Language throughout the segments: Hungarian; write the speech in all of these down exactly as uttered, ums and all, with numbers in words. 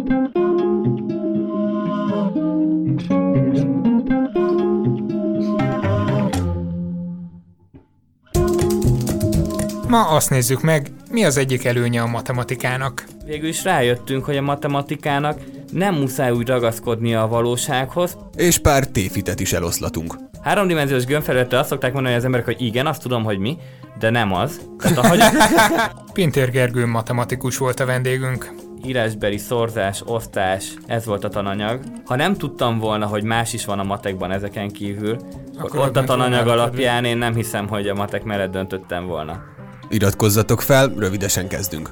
Ma azt nézzük meg, mi az egyik előnye a matematikának. Végül is rájöttünk, hogy a matematikának nem muszáj úgy ragaszkodnia a valósághoz. És pár tévhitet is eloszlatunk. Háromdimenziós gömbfelületre azt szokták mondani az emberek, hogy igen, azt tudom, hogy mi, de nem az. Tehát a hagy... Pintér Gergő matematikus volt a vendégünk. Írásbeli szorzás, osztás, ez volt a tananyag. Ha nem tudtam volna, hogy más is van a matekban ezeken kívül, akkor ott a tananyag alapján én nem hiszem, hogy a matek mellett döntöttem volna. Iratkozzatok fel, rövidesen kezdünk.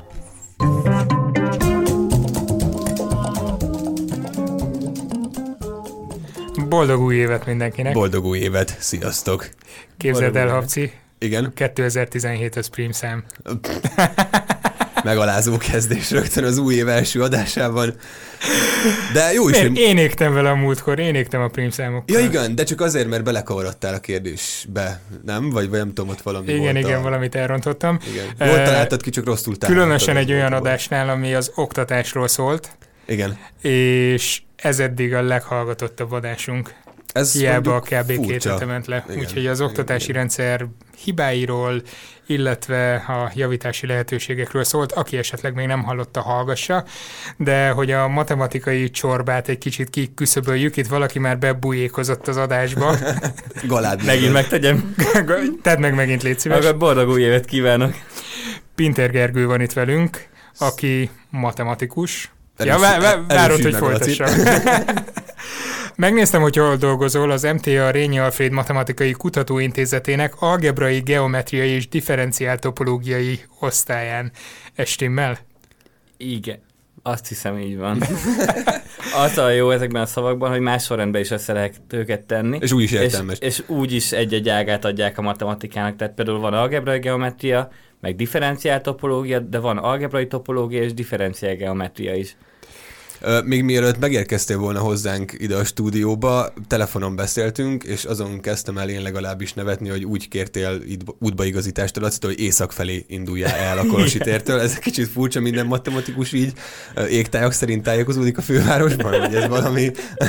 Boldog új évet mindenkinek! Boldog új évet, sziasztok! Képzeld el, Habci. Igen? kétezer-tizenhét az prímszám. Megalázó kezdés rögtön az új év első adásában. De jó is, én, hogy... én égtem vele a múltkor, én égtem a prímszámokkal. Ja igen, de csak azért, mert belekavarodtál a kérdésbe, nem? Vagy, vagy nem tudom, ott valami igen, volt. Igen, a... valamit elrontottam. Igen. Volt találtad ki, csak rosszul találtad. Különösen egy olyan adásnál, ami az oktatásról szólt. Igen. És ez eddig a leghallgatottabb adásunk. Ez hiába a kb. Két hete ment le. Úgyhogy az oktatási igen, rendszer hibáiról, illetve a javítási lehetőségekről szólt, aki esetleg még nem hallotta, hallgassa, de hogy a matematikai csorbát egy kicsit kiküszöböljük, itt valaki már bebújékozott az adásba. Galád. Megint megtegyem. Tedd meg megint, légy szíves. Maga boldog új évet kívánok. Pintér Gergő van itt velünk, aki matematikus. Ja, várod, hogy folytassam. Megnéztem, hogy hol dolgozol, az em té á Rényi Alfréd Matematikai Kutatóintézetének algebrai, geometriai és differenciál topológiai osztályán. Ez stimmel? Igen, azt hiszem így van. Az a jó ezekben a szavakban, hogy más sorrendben is össze lehet őket tenni. És úgy is értelmes. És, és úgy is egy-egy ágát adják a matematikának, tehát például van algebrai geometria, meg differenciál topológia, de van algebrai topológia és differenciál geometria is. Még mielőtt megérkeztél volna hozzánk ide a stúdióba, telefonon beszéltünk, és azon kezdtem el én legalábbis nevetni, hogy úgy kértél útbaigazítást a Lacitól, hogy észak felé induljál el a Kolosi tértől. Ez kicsit furcsa, minden matematikus így égtájak szerint tájékozódik a fővárosban, vagy ez valami...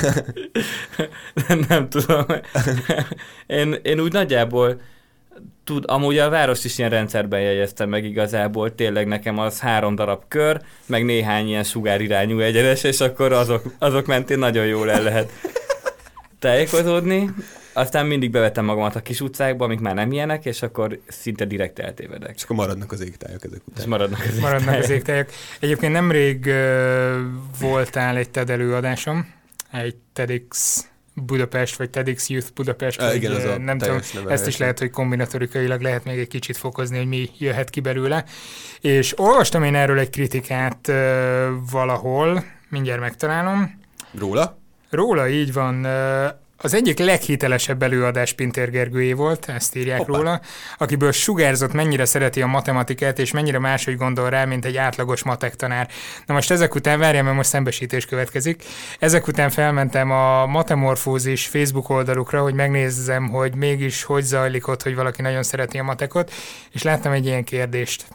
nem, nem tudom. Én, én úgy nagyjából Tud, amúgy a város is ilyen rendszerben jegyeztem meg igazából, tényleg nekem az három darab kör, meg néhány ilyen sugárirányú egyenes, és akkor azok, azok mentén nagyon jól el lehet tájékozódni. Aztán mindig bevettem magamat a kis utcákba, amik már nem ilyenek, és akkor szinte direkt eltévedek. És akkor maradnak az égtájak ezek után. És maradnak az égtájak. Maradnak az égtájak. Egyébként nemrég uh, voltál egy TED előadásom, egy TEDx Budapest, vagy TEDx Youth Budapest, ah, vagy igen, az nem tudom, ezt is lehet, hogy kombinatorikailag lehet még egy kicsit fokozni, hogy mi jöhet ki belőle. És olvastam én erről egy kritikát uh, valahol, mindjárt megtalálom. Róla? Róla, így van. Uh, az egyik leghitelesebb előadás Pintér Gergőjé volt, ezt írják Hoppá. róla, akiből sugárzott, mennyire szereti a matematikát, és mennyire máshogy gondol rá, mint egy átlagos matek tanár. Na most ezek után, várjál, mert most szembesítés következik, ezek után felmentem a Matemorfózis Facebook oldalukra, hogy megnézzem, hogy mégis hogy zajlik ott, hogy valaki nagyon szereti a matekot, és láttam egy ilyen kérdést.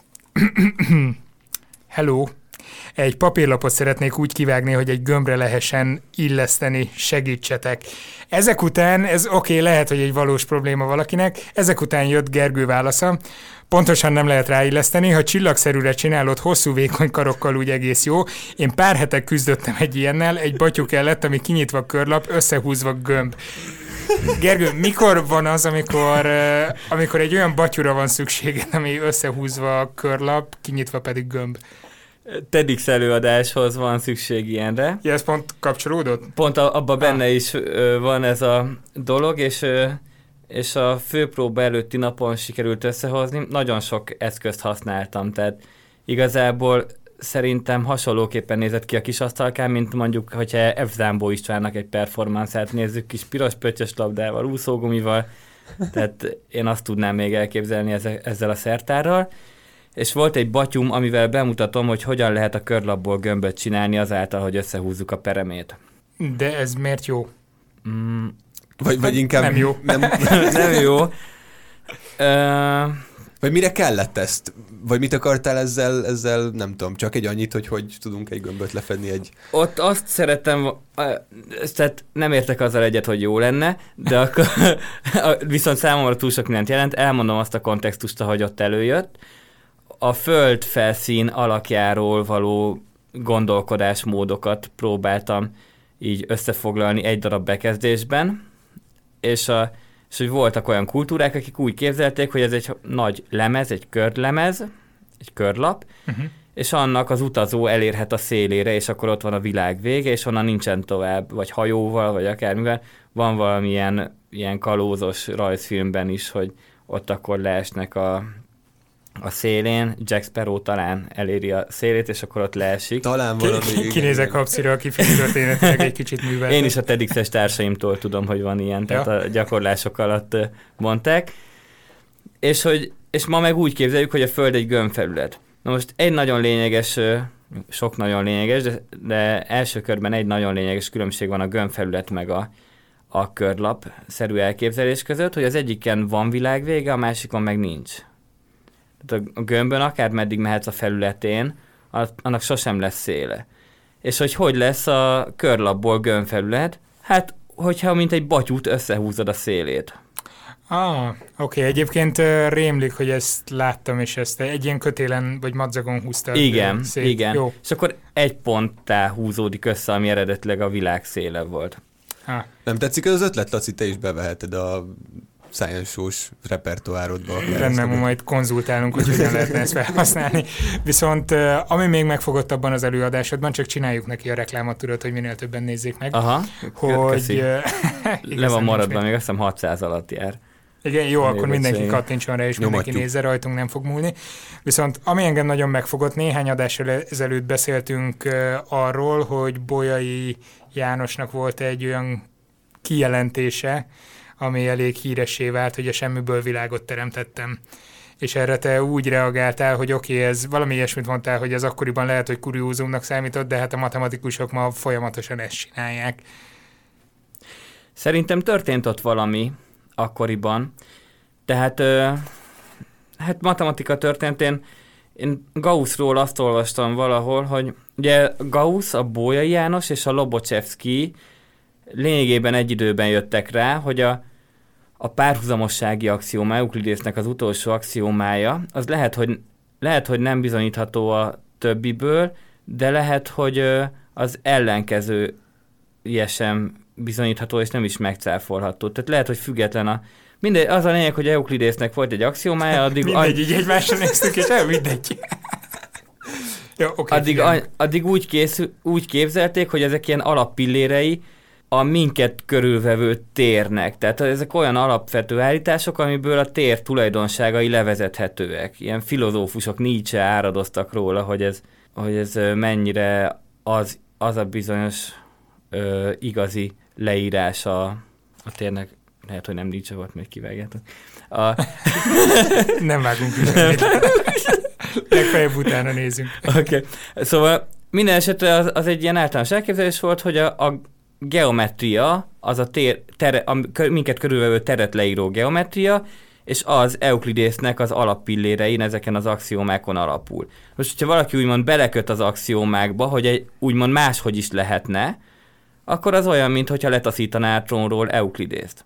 Hello! Egy papírlapot szeretnék úgy kivágni, hogy egy gömbre lehessen illeszteni, segítsetek. Ezek után, ez oké, okay, lehet, hogy egy valós probléma valakinek, ezek után jött Gergő válasza, pontosan nem lehet ráilleszteni, ha csillagszerűre csinálod hosszú vékony karokkal, úgy egész jó. Én pár hetek küzdöttem egy ilyennel, egy batyú kellett, ami kinyitva körlap, összehúzva gömb. Gergő, mikor van az, amikor, amikor egy olyan batyúra van szükséged, ami összehúzva körlap, kinyitva pedig gömb? TEDx előadáshoz van szükség ilyenre. Ja, ez pont kapcsolódott? Pont abban benne ah. is ö, van ez a dolog, és, ö, és a főpróba előtti napon sikerült összehozni. Nagyon sok eszközt használtam, tehát igazából szerintem hasonlóképpen nézett ki a kis asztalkán, mint mondjuk, hogyha F. Zámbó Istvánnak egy performance-át nézzük, kis piros pöttyös labdával, úszógumival, tehát én azt tudnám még elképzelni ezzel a szertárral. És volt egy batyum, amivel bemutatom, hogy hogyan lehet a körlapból gömböt csinálni azáltal, hogy összehúzzuk a peremét. De ez miért jó? Mm, vagy, vagy inkább nem jó. Nem, nem jó. Ö, Vagy mire kellett ezt? Vagy mit akartál ezzel, ezzel nem tudom, csak egy annyit, hogy hogy tudunk egy gömböt lefedni egy... Ott azt szerettem, tehát nem értek azzal egyet, hogy jó lenne, de akkor viszont számomra túl sok mindent jelent, elmondom azt a kontextust, ahogy ott előjött. A föld felszín alakjáról való gondolkodásmódokat próbáltam így összefoglalni egy darab bekezdésben, és, a, és hogy voltak olyan kultúrák, akik úgy képzelték, hogy ez egy nagy lemez, egy körlemez, egy körlap, uh-huh. és annak az utazó elérhet a szélére, és akkor ott van a világ vége, és onnan nincsen tovább, vagy hajóval, vagy akármivel. Van valamilyen ilyen kalózos rajzfilmben is, hogy ott akkor leesnek a a szélén, Jack Sparrow talán eléri a szélét, és akkor ott leesik. Talán valami... Kinézek kapszira, aki filmtörténetileg egy kicsit művel. Én is a TEDx-es társaimtól tudom, hogy van ilyen, tehát ja. a gyakorlások alatt mondták. És, hogy, és ma meg úgy képzeljük, hogy a Föld egy gömbfelület. Na most egy nagyon lényeges, sok nagyon lényeges, de, de első körben egy nagyon lényeges különbség van a gömbfelület meg a, a körlap-szerű elképzelés között, hogy az egyiken van világvége, a másikon meg nincs. Tehát a gömbön akármeddig mehetsz a felületén, annak sosem lesz széle. És hogy hogy lesz a körlapból gömbfelület? Hát, hogyha mint egy batyút összehúzod a szélét. Ah, oké. Okay. Egyébként uh, rémlik, hogy ezt láttam, és ezt egy ilyen kötélen vagy madzagon húztad. Igen, szét. igen. Jó. És akkor egy ponttá húzódik össze, ami eredetileg a világ széle volt. Ah. Nem tetszik ez az ötlet, Laci, te is beveheted a science show-s repertoárodba. Rendben, majd konzultálunk, hogy hogyan lehetne ezt felhasználni. Viszont ami még megfogott abban az előadásodban, csak csináljuk neki a reklámot, tudod, hogy minél többen nézzék meg. Aha, hogy le van maradva, még azt hiszem hatszáz alatt jár. Igen, jó, akkor mindenki kattintson rá, és Nyomatjuk. Mindenki nézze, rajtunk nem fog múlni. Viszont ami engem nagyon megfogott, néhány adással ezelőtt beszéltünk arról, hogy Bolyai Jánosnak volt egy olyan kijelentése, ami elég híressé vált, hogy a semmiből világot teremtettem. És erre te úgy reagáltál, hogy oké, okay, ez valami ilyesmit mondtál, hogy ez akkoriban lehet, hogy kuriózumnak számított, de hát a matematikusok ma folyamatosan ezt csinálják. Szerintem történt ott valami akkoriban. Tehát ö, hát matematika történtén én Gaussról azt olvastam valahol, hogy ugye Gauss, a Bolyai János és a Lobachevsky lényegében egy időben jöttek rá, hogy a, a párhuzamossági axióma, Euklidésznek az utolsó axiómája, az lehet hogy, lehet, hogy nem bizonyítható a többiből, de lehet, hogy az ellenkező sem bizonyítható, és nem is megcáfolható. Tehát lehet, hogy független a... Mindegy, az a lényeg, hogy Euklidésznek volt egy axiómája, addig... mindegy, így egymásra néztük, és el mindegy. Jó, okay, addig, a, addig úgy, készül, úgy képzelték, hogy ezek ilyen alappillérei a minket körülvevő térnek. Tehát ezek olyan alapvető állítások, amiből a tér tulajdonságai levezethetőek. Ilyen filozófusok Nietzsche áradoztak róla, hogy ez, hogy ez mennyire az, az a bizonyos ö, igazi leírás a, a térnek. Lehet, hogy nem Nietzsche volt, még kivágjátok. A... nem vágunk is. Legfeljebb utána nézünk. Oké. Okay. Szóval minden esetre az, az egy ilyen általános elképzelés volt, hogy a, a geometria, az a, tér, tere, a minket körülvevő teret leíró geometria, és az Euklidésznek az alappillérein, ezeken az axiómákon alapul. Most, hogyha valaki úgymond beleköt az axiómákba, hogy egy, úgymond máshogy is lehetne, akkor az olyan, mintha letaszítaná a trónról Euklidészt.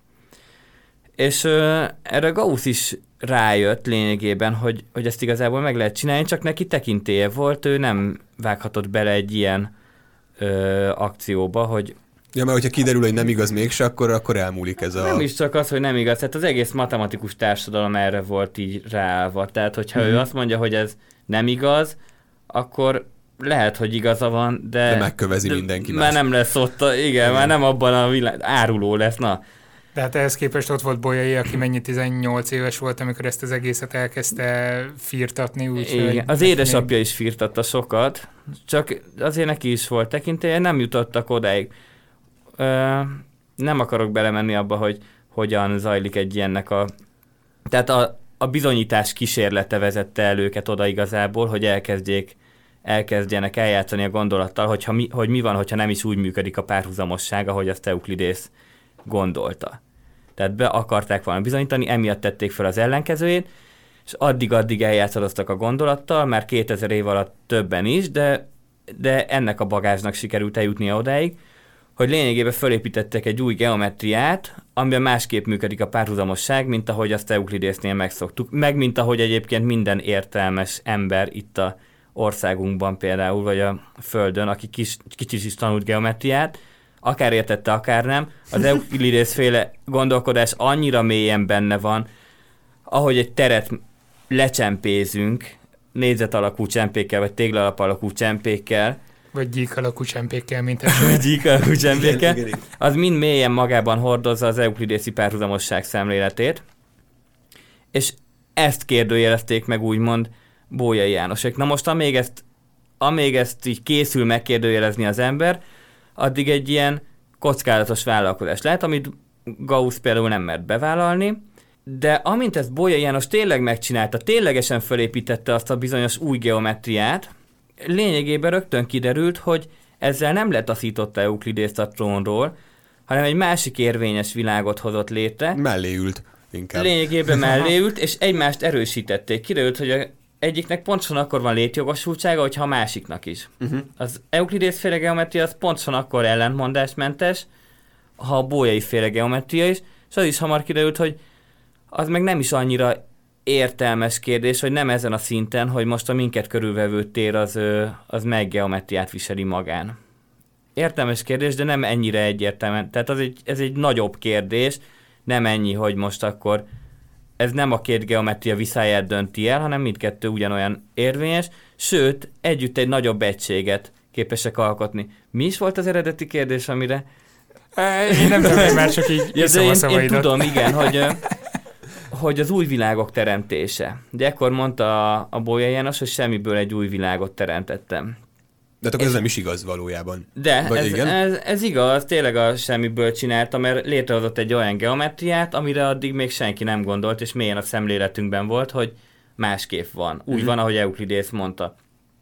És ö, erre Gauss is rájött lényegében, hogy, hogy ezt igazából meg lehet csinálni, csak neki tekintélye volt, ő nem vághatott bele egy ilyen ö, akcióba, hogy... Ja, mert hogyha kiderül, hogy nem igaz mégse, akkor, akkor elmúlik ez a... Nem is csak az, hogy nem igaz, hát az egész matematikus társadalom erre volt így ráállva. Tehát, hogyha mm-hmm. ő azt mondja, hogy ez nem igaz, akkor lehet, hogy igaza van, de... De megkövezi de mindenki más. Már nem lesz ott, a, igen, igen, már nem abban a világ... Áruló lesz, na. De hát ehhez képest ott volt Bolyai, aki mennyi tizennyolc éves volt, amikor ezt az egészet elkezdte firtatni. Úgy, igen, az édesapja még... is firtatta sokat, csak azért neki is volt tekintélye, nem jutottak odáig. Ö, nem akarok belemenni abba, hogy hogyan zajlik egy ilyennek a... Tehát a, a bizonyítás kísérlete vezette el őket oda igazából, hogy elkezdjék, elkezdjenek eljátszani a gondolattal, hogyha mi, hogy mi van, hogyha nem is úgy működik a párhuzamosság, ahogy azt Euklidész gondolta. Tehát be akarták volna bizonyítani, emiatt tették fel az ellenkezőjét, és addig-addig eljátszadoztak a gondolattal, már kétezer év alatt többen is, de, de ennek a bagázsnak sikerült eljutnia odáig, hogy lényegében fölépítettek egy új geometriát, amiben másképp működik a párhuzamosság, mint ahogy azt Euklidésznél megszoktuk, meg mint ahogy egyébként minden értelmes ember itt a országunkban például, vagy a Földön, aki kis, kicsit is tanult geometriát, akár értette, akár nem, az Euklidész-féle gondolkodás annyira mélyen benne van, ahogy egy teret lecsempézünk, négyzet alakú csempékkel, vagy téglalap alakú csempékkel, vagy gyík alakú csempékkel, mint esetleg. gyík alakú csempékkel, az mind mélyen magában hordozza az euklidészi párhuzamosság szemléletét, és ezt kérdőjelezték meg úgymond Bolyai Jánosék. Na most, amíg ezt, amíg ezt így készül megkérdőjelezni az ember, addig egy ilyen kockázatos vállalkozás lehet, amit Gauss például nem mert bevállalni, de amint ezt Bolyai János tényleg megcsinálta, ténylegesen fölépítette azt a bizonyos új geometriát, lényegében rögtön kiderült, hogy ezzel nem letaszította Euklidészt a trónról, hanem egy másik érvényes világot hozott létre. Mellé ült inkább. Lényegében mellé ült, és egymást erősítették. Kiderült, hogy a egyiknek pontosan akkor van létjogosultsága, hogyha a másiknak is. Uh-huh. Az Euklidész-féle geometria az pontosan akkor ellentmondásmentes, ha a Bolyai-féle geometria is, és az is hamar kiderült, hogy az meg nem is annyira értelmes kérdés, hogy nem ezen a szinten, hogy most a minket körülvevő tér az, az meg geometriát viseli magán. Értelmes kérdés, de nem ennyire egyértelműen. Tehát az egy, ez egy nagyobb kérdés, nem ennyi, hogy most akkor ez nem a két geometria viszályát dönti el, hanem mindkettő ugyanolyan érvényes, sőt, együtt egy nagyobb egységet képesek alkotni. Mi is volt az eredeti kérdés, amire... Én nem tudom, hogy már csak így ja, de én, én tudom, igen, hogy, hogy az új világok teremtése. De ekkor mondta a, a Bolyai János, hogy semmiből egy új világot teremtettem. De akkor ez nem is igaz valójában. De ez, ez, ez igaz, tényleg a semmiből csinálta, mert létrehozott egy olyan geometriát, amire addig még senki nem gondolt, és mélyen a szemléletünkben volt, hogy másképp van. Úgy mm-hmm. van, ahogy Euklidész mondta.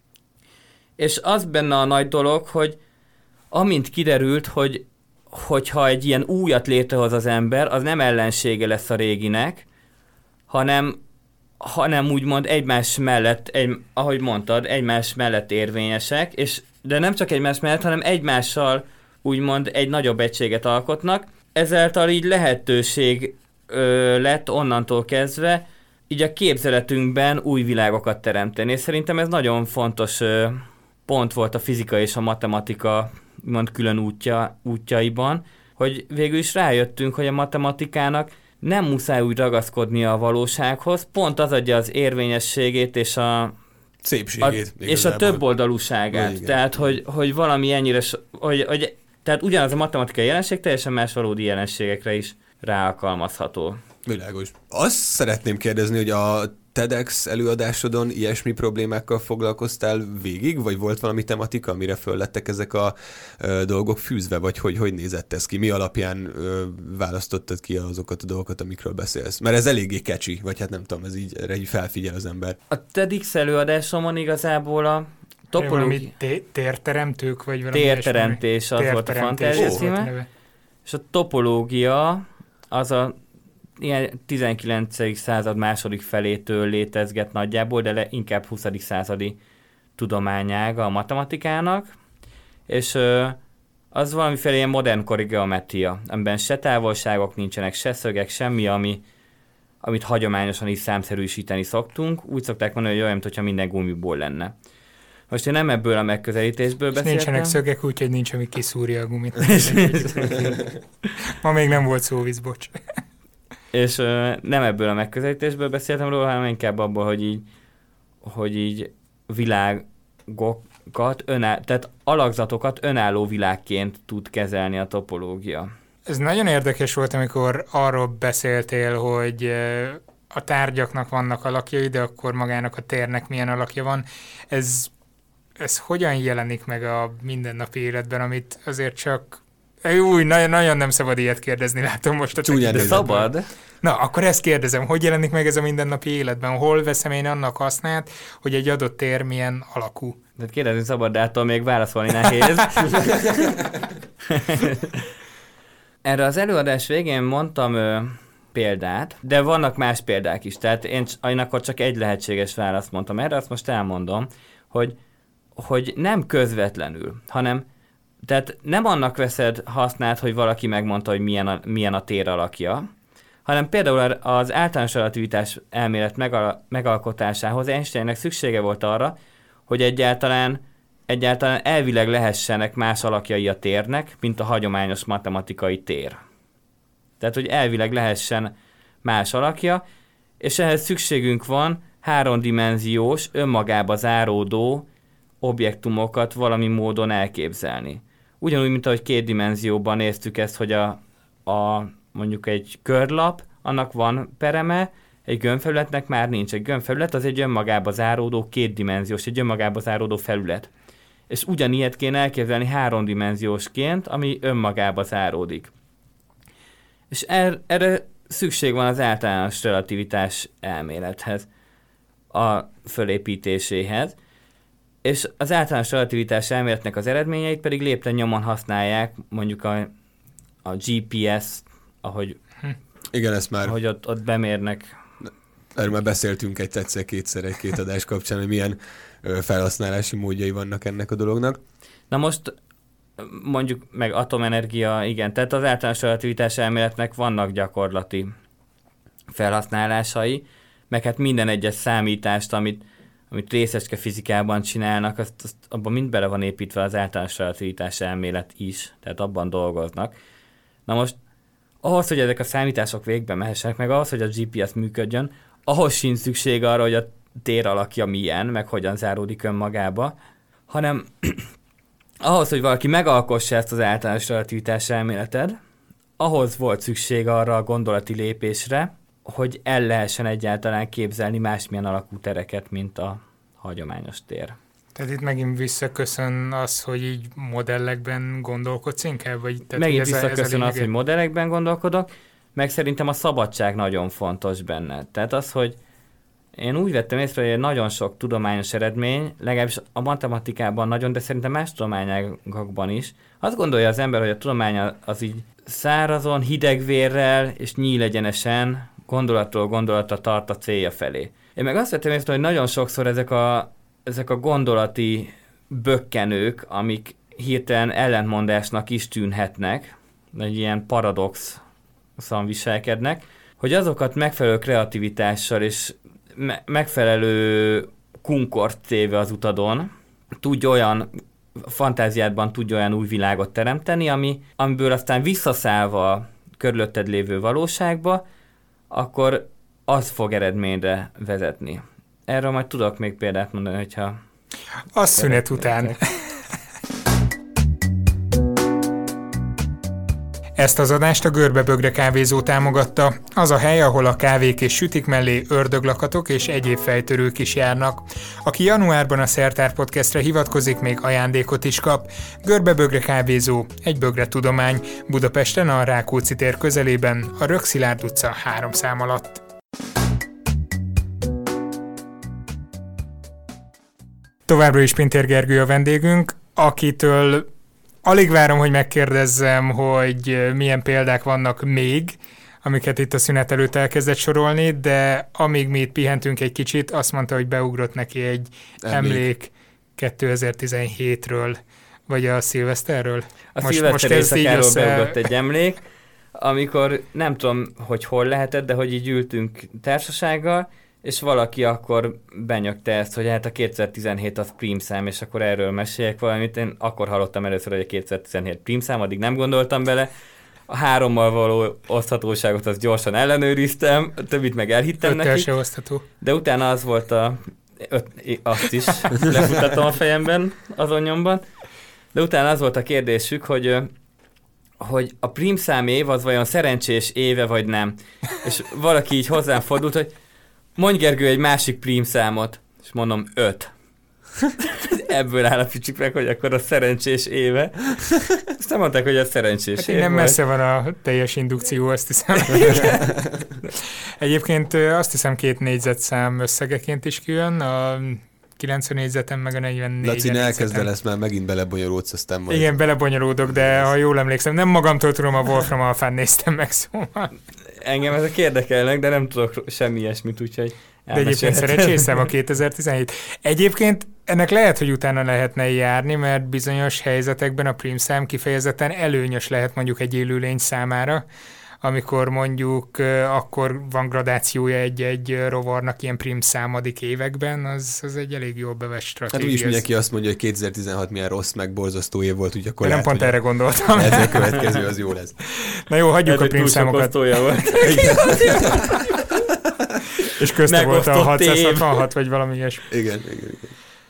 És az benne a nagy dolog, hogy amint kiderült, hogy hogyha egy ilyen újat létrehoz az ember, az nem ellensége lesz a réginek, hanem hanem úgymond egymás mellett, egy, ahogy mondtad, egymás mellett érvényesek, és, de nem csak egymás mellett, hanem egymással úgymond egy nagyobb egységet alkotnak. Ezáltal így lehetőség ö, lett onnantól kezdve így a képzeletünkben új világokat teremteni. És szerintem ez nagyon fontos ö, pont volt a fizika és a matematika mond külön útja, útjaiban, hogy végül is rájöttünk, hogy a matematikának nem muszáj úgy ragaszkodnia a valósághoz, pont az adja az érvényességét és a szépségét. A, és a többoldalúságát. Tehát, hogy, hogy valami ennyire, hogy, hogy, tehát ugyanaz a matematikai jelenség teljesen más valódi jelenségekre is ráalkalmazható. Világos. Azt szeretném kérdezni, hogy a TEDx előadásodon ilyesmi problémákkal foglalkoztál végig, vagy volt valami tematika, amire föllettek ezek a ö, dolgok fűzve, vagy hogy, hogy nézett ez ki? Mi alapján ö, választottad ki azokat a dolgokat, amikről beszélsz? Mert ez eléggé catchy, vagy hát nem tudom, ez így, erre így felfigyel az ember. A TEDx előadásomon igazából a topológia... Térteremtők, vagy valami Térteremtés, az volt a fantázia címe. És a topológia az a ilyen tizenkilencedik század második felétől létezget nagyjából, de le, inkább huszadik századi tudományága a matematikának, és ö, az valamiféle ilyen modernkori geometria, amiben se távolságok nincsenek, se szögek, semmi, ami, amit hagyományosan is számszerűsíteni szoktunk. Úgy szokták mondani, hogy olyan, mintha minden gumiból lenne. Most én nem ebből a megközelítésből és beszéltem. Nincsenek szögek, úgyhogy nincs, ami kiszúrja a gumit. Ma még nem volt szóvíz, bocs. És ö, nem ebből a megközelítésből beszéltem róla, hanem inkább abból, hogy így, hogy így világokat, önáll, tehát alakzatokat önálló világként tud kezelni a topológia. Ez nagyon érdekes volt, amikor arról beszéltél, hogy a tárgyaknak vannak alakjai, de akkor magának a térnek milyen alakja van. Ez, ez hogyan jelenik meg a mindennapi életben, amit azért csak... Új, nagyon, nagyon nem szabad ilyet kérdezni, látom most a tekintetben. De szabad. Na, akkor ezt kérdezem, hogy jelenik meg ez a mindennapi életben? Hol veszem én annak hasznát, hogy egy adott tér milyen alakú? De kérdezni szabad, de attól még válaszolni nehéz. Erre az előadás végén mondtam ö, példát, de vannak más példák is, tehát én, én akkor csak egy lehetséges választ mondtam erre, azt most elmondom, hogy, hogy nem közvetlenül, hanem tehát nem annak veszed hasznát, hogy valaki megmondta, hogy milyen a, milyen a tér alakja, hanem például az általános relativitás elmélet megal- megalkotásához Einsteinnek szüksége volt arra, hogy egyáltalán, egyáltalán elvileg lehessenek más alakjai a térnek, mint a hagyományos matematikai tér. Tehát, hogy elvileg lehessen más alakja, és ehhez szükségünk van háromdimenziós, önmagába záródó objektumokat valami módon elképzelni. Ugyanúgy, mint ahogy két dimenzióban néztük ezt, hogy a, a mondjuk egy körlap, annak van pereme, egy gömbfelületnek már nincs. Egy gömbfelület az egy önmagába záródó, kétdimenziós, egy önmagába záródó felület. És ugyanilyet kéne elképzelni háromdimenziósként, ami önmagába záródik. És er, erre szükség van az általános relativitás elmélethez, a fölépítéséhez, és az általános relativitás elméletnek az eredményeit pedig lépten nyomon használják, mondjuk a, a gé pé es, ahogy, Igen, ezt már... ahogy ott, ott bemérnek. Erről már beszéltünk egy egyszer-kétszer egy-két adás kapcsán, hogy milyen ö, felhasználási módjai vannak ennek a dolognak. Na most mondjuk meg atomenergia, igen, tehát az általános relativitás elméletnek vannak gyakorlati felhasználásai, meg hát minden egyes számítást, amit, amit részecske fizikában csinálnak, azt, azt abban mind bele van építve az általános relativitás elmélet is, tehát abban dolgoznak. Na most ahhoz, hogy ezek a számítások végbe mehessenek, meg ahhoz, hogy a gé pé es működjön, ahhoz sincs szükség arra, hogy a tér alakja milyen, meg hogyan záródik önmagába, hanem ahhoz, hogy valaki megalkossa ezt az általános relativitás elméleted, ahhoz volt szükség arra a gondolati lépésre, hogy el lehessen egyáltalán képzelni másmilyen alakú tereket, mint a hagyományos tér. Tehát itt megint visszaköszön az, hogy így modellekben gondolkodsz inkább? Vagy, tehát megint ez a, visszaköszön ez az, hogy modellekben gondolkodok, meg szerintem a szabadság nagyon fontos benne. Tehát az, hogy én úgy vettem észre, hogy nagyon sok tudományos eredmény, legalábbis a matematikában nagyon, de szerintem más tudományágakban is, azt gondolja az ember, hogy a tudomány az így szárazon, hidegvérrel és nyílegyenesen gondolatról gondolatra tart a célja felé. Én meg azt vettem észre, hogy nagyon sokszor ezek a, ezek a gondolati bökkenők, amik hirtelen ellentmondásnak is tűnhetnek, egy ilyen paradoxon viselkednek, hogy azokat megfelelő kreativitással és me- megfelelő kunkort téve az utadon tudja olyan, fantáziádban tudja olyan új világot teremteni, ami, amiből aztán visszaszállva a körülötted lévő valóságba, akkor az fog eredményre vezetni. Erről majd tudok még példát mondani, hogyha... A szünet után. Ezt az adást a Görbebögre kávézó támogatta, az a hely, ahol a kávék és sütik mellé ördöglakatok és egyéb fejtörők is járnak. Aki januárban a Szertár Podcastre hivatkozik, még ajándékot is kap. Görbebögre kávézó, egy bögre tudomány, Budapesten a Rákóczi tér közelében, a Rökszilárd utca három szám alatt. Továbbra is Pintér Gergő a vendégünk, akitől alig várom, hogy megkérdezzem, hogy milyen példák vannak még, amiket itt a szünet előtt elkezdett sorolni, de amíg mi itt pihentünk egy kicsit, azt mondta, hogy beugrott neki egy emlék, emlék kétezer-tizenhétről, vagy a szilveszterről. A szilveszter éjszakáról össze... beugrott egy emlék, amikor nem tudom, hogy hol lehetett, de hogy így ültünk társasággal, és valaki akkor benyögte ezt, hogy hát a kétezer-tizenhét az prímszám, és akkor erről meséljek valamit. Én akkor hallottam először, hogy a kétezer-tizenhét prímszám, addig nem gondoltam bele. A hárommal való oszthatóságot azt gyorsan ellenőriztem, többit meg elhittem neki. Se osztható. De utána az volt a... Öt, azt is lefutattam a fejemben azon nyomban. De utána az volt a kérdésük, hogy... hogy a prímszám év az vajon szerencsés éve, vagy nem. És valaki így hozzám fordult, hogy mondj Gergő egy másik prímszámot, és mondom öt. Ebből állapítsuk meg, hogy akkor a szerencsés éve. Aztán mondták, hogy a szerencsés hát év nem volt. Messze van a teljes indukció, azt hiszem. Egyébként azt hiszem két négyzetszám összegeként is kijön, a kilencven négyzeten, meg a negyvennégy Laci, ne elkezd el, ezt már megint belebonyolódsz, aztán majd... Igen, belebonyolódok, de ha jól emlékszem, nem magamtól tudom, a Wolfram Alphán néztem meg, szóval. engem ezek érdekelnek, de nem tudok semmi ilyesmit, úgyhogy de egyébként szerencsésem a kétezer-tizenhét. Egyébként ennek lehet, hogy utána lehetne járni, mert bizonyos helyzetekben a prímszám kifejezetten előnyös lehet mondjuk egy élőlény számára, amikor mondjuk akkor van gradációja egy-egy rovarnak ilyen prímszámadik években, az, az egy elég jól bevett stratégia. Hát úgyis mindenki azt mondja, hogy kétezer-tizenhat milyen rossz, meg borzasztó év volt, úgy akkor nem lehet, pont erre gondoltam. Ez a következő, az jó lesz. Na jó, hagyjuk ez a prímszámokat. És közte volt a hatszázhatvanhat, vagy valami ilyesmi. Igen, igen, igen.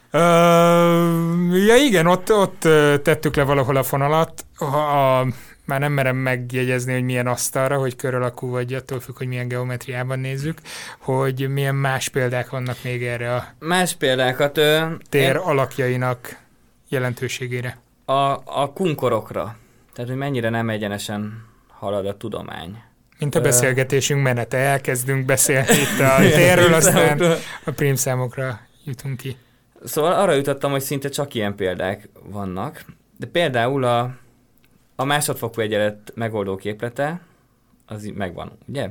Uh, ja igen, ott, ott tettük le valahol a fonalat. A, a, már nem merem megjegyezni, hogy milyen asztalra, hogy kör alakú, vagy attól függ, hogy milyen geometriában nézzük, hogy milyen más példák vannak még erre a más példákat, ö, tér én... alakjainak jelentőségére. A, a kunkorokra. Tehát, hogy mennyire nem egyenesen halad a tudomány. Mint a beszélgetésünk menete, elkezdünk beszélni itt a térről, aztán a prímszámokra jutunk ki. Szóval arra jutottam, hogy szinte csak ilyen példák vannak, de például a, a másodfokú egyenlet megoldó képlete, az megvan, ugye?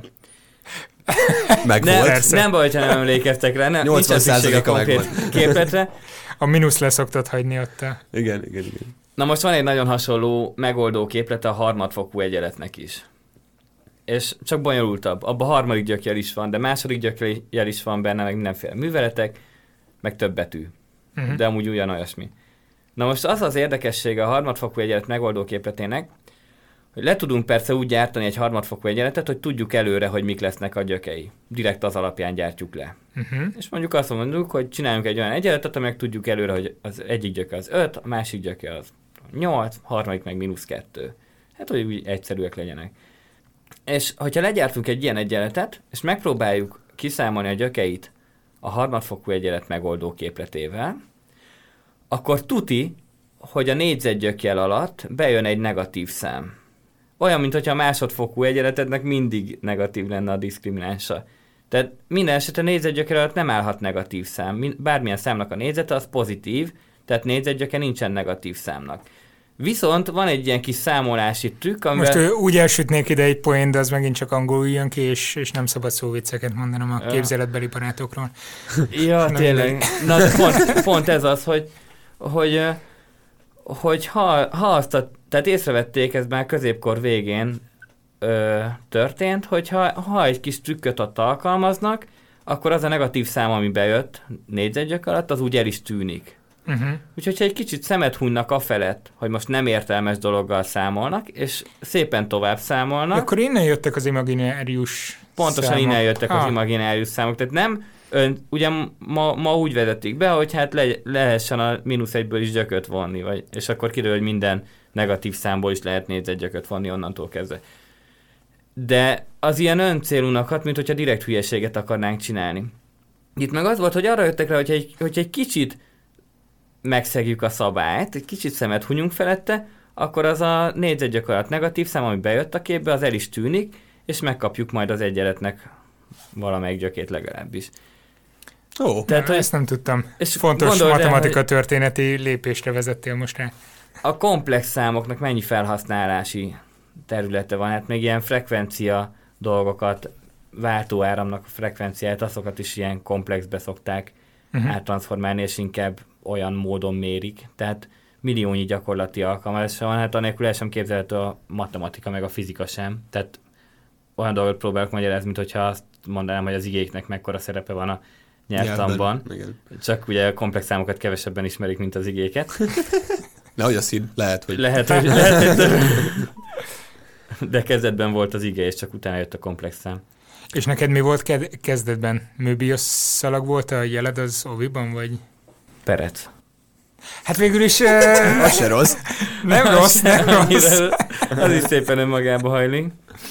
Meg nem, volt. Nem baj, hogyha nem emlékeztek rá, nem, nincs szükség a konkrét képletre. A mínusz leszoktad hagyni ott a... Igen, igen, igen. Na most van egy nagyon hasonló megoldó képlete a harmadfokú egyenletnek is. És csak bonyolultabb. Abban harmadik gyökér is van, de második gyökér is van benne, meg mindenféle műveletek, meg több betű. Uh-huh. De amúgy ugyanolyasmi. Na most az az érdekessége a harmadfokú egyenlet megoldó képletének, hogy le tudunk persze úgy gyártani egy harmadfokú egyenletet, hogy tudjuk előre, hogy mik lesznek a gyökei. Direkt az alapján gyártjuk le. Uh-huh. És mondjuk azt mondjuk, hogy csináljunk egy olyan egyenletet, amelyek tudjuk előre, hogy az egyik gyöke az öt, a másik gyöke az nyolc, a harmadik meg mínusz kettő. Hát, hogy úgy egyszerűek legyenek. És hogyha legyártunk egy ilyen egyenletet, és megpróbáljuk kiszámolni a gyökeit a harmadfokú egyenlet megoldó képletével, akkor tuti, hogy a négyzetgyökjel alatt bejön egy negatív szám. Olyan, mintha a másodfokú egyenletednek mindig negatív lenne a diszkriminánsa. Tehát minden esetre négyzetgyökjel alatt nem állhat negatív szám. Bármilyen számnak a négyzete az pozitív, tehát négyzetgyöke nincsen negatív számnak. Viszont van egy ilyen kis számolási trükk, amivel... Most úgy elsütnék ide egy poén, de az megint csak angolul jön ki, és, és nem szabad szóvicceket mondanom a ja. képzeletbeli barátokról. Ja, Na, tényleg. Na, pont, pont ez az, hogy, hogy, hogy ha, ha azt a... Tehát észrevették, ez már középkor végén ö, történt, hogy ha, ha egy kis trükköt ott alkalmaznak, akkor az a negatív szám, ami bejött négyzetgyök alatt, az úgy el is tűnik. Uh-huh. Úgyhogy ha egy kicsit szemet hunynak afelett, hogy most nem értelmes dologgal számolnak, és szépen tovább számolnak. Akkor innen jöttek az imaginárius Pontosan számok. innen jöttek ah. az imaginárius számok. Tehát nem, ön, ugye ma, ma úgy vezetik be, hogy hát le, lehessen a mínusz egyből is gyököt vonni, vagy, és akkor kiderül, hogy minden negatív számból is lehet négyzetgyököt vonni onnantól kezdve. De az ilyen öncélúnak hat, mint hogyha direkt hülyeséget akarnánk csinálni. Itt meg az volt, hogy arra jöttek rá, hogy egy, hogy egy kicsit megszegjük a szabályt, egy kicsit szemet hunyunk felette, akkor az a négyzetgyök alatt negatív szám, ami bejött a képbe, az el is tűnik, és megkapjuk majd az egyenletnek valamelyik gyökét legalábbis. Ó, Tehát, hogy ezt nem tudtam. És fontos matematika el, történeti lépésre vezettél most rá. A komplex számoknak mennyi felhasználási területe van? Hát még ilyen frekvencia dolgokat, váltóáramnak a frekvenciáját, azokat is ilyen komplexbe szokták uh-huh. áttranszformálni, és inkább olyan módon mérik. Tehát milliónyi gyakorlati alkalmazása van, hát anélkül el sem képzelhető a matematika, meg a fizika sem. Tehát olyan dolgot próbálok magyarázni, mint hogyha azt mondanám, hogy az igéknek mekkora szerepe van a nyelvtanban. Csak ugye a komplex számokat kevesebben ismerik, mint az igéket. Nehogy a szín, lehet, hogy... Lehet, hogy... lehet, hogy de kezdetben volt az ige, és csak utána jött a komplex szám. És neked mi volt kezdetben? Möbius szalag volt a jeled az oviban, vagy? Perec. Hát végül is... Uh, az se rossz. Nem rossz, nem rossz. Az is szépen önmagába hajlik.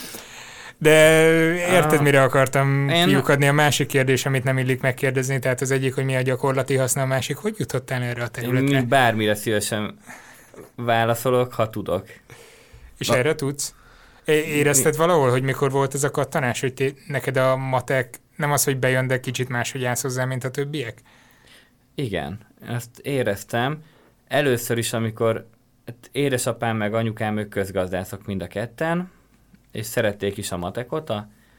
De érted, ah. mire akartam Én... kiukadni? A másik kérdés, amit nem illik megkérdezni, tehát az egyik, hogy mi a gyakorlati haszna, a másik, hogy jutottál erre a területre? Én bármire szívesen válaszolok, ha tudok. És Na. erre tudsz? Érezted valahol, hogy mikor volt ez a kattanás, hogy té- neked a matek nem az, hogy bejön, de kicsit máshogy állsz hozzá, mint a többiek? Igen, ezt éreztem. Először is, amikor édesapám meg anyukám, ők közgazdászok mind a ketten, és szerették is a matekot, a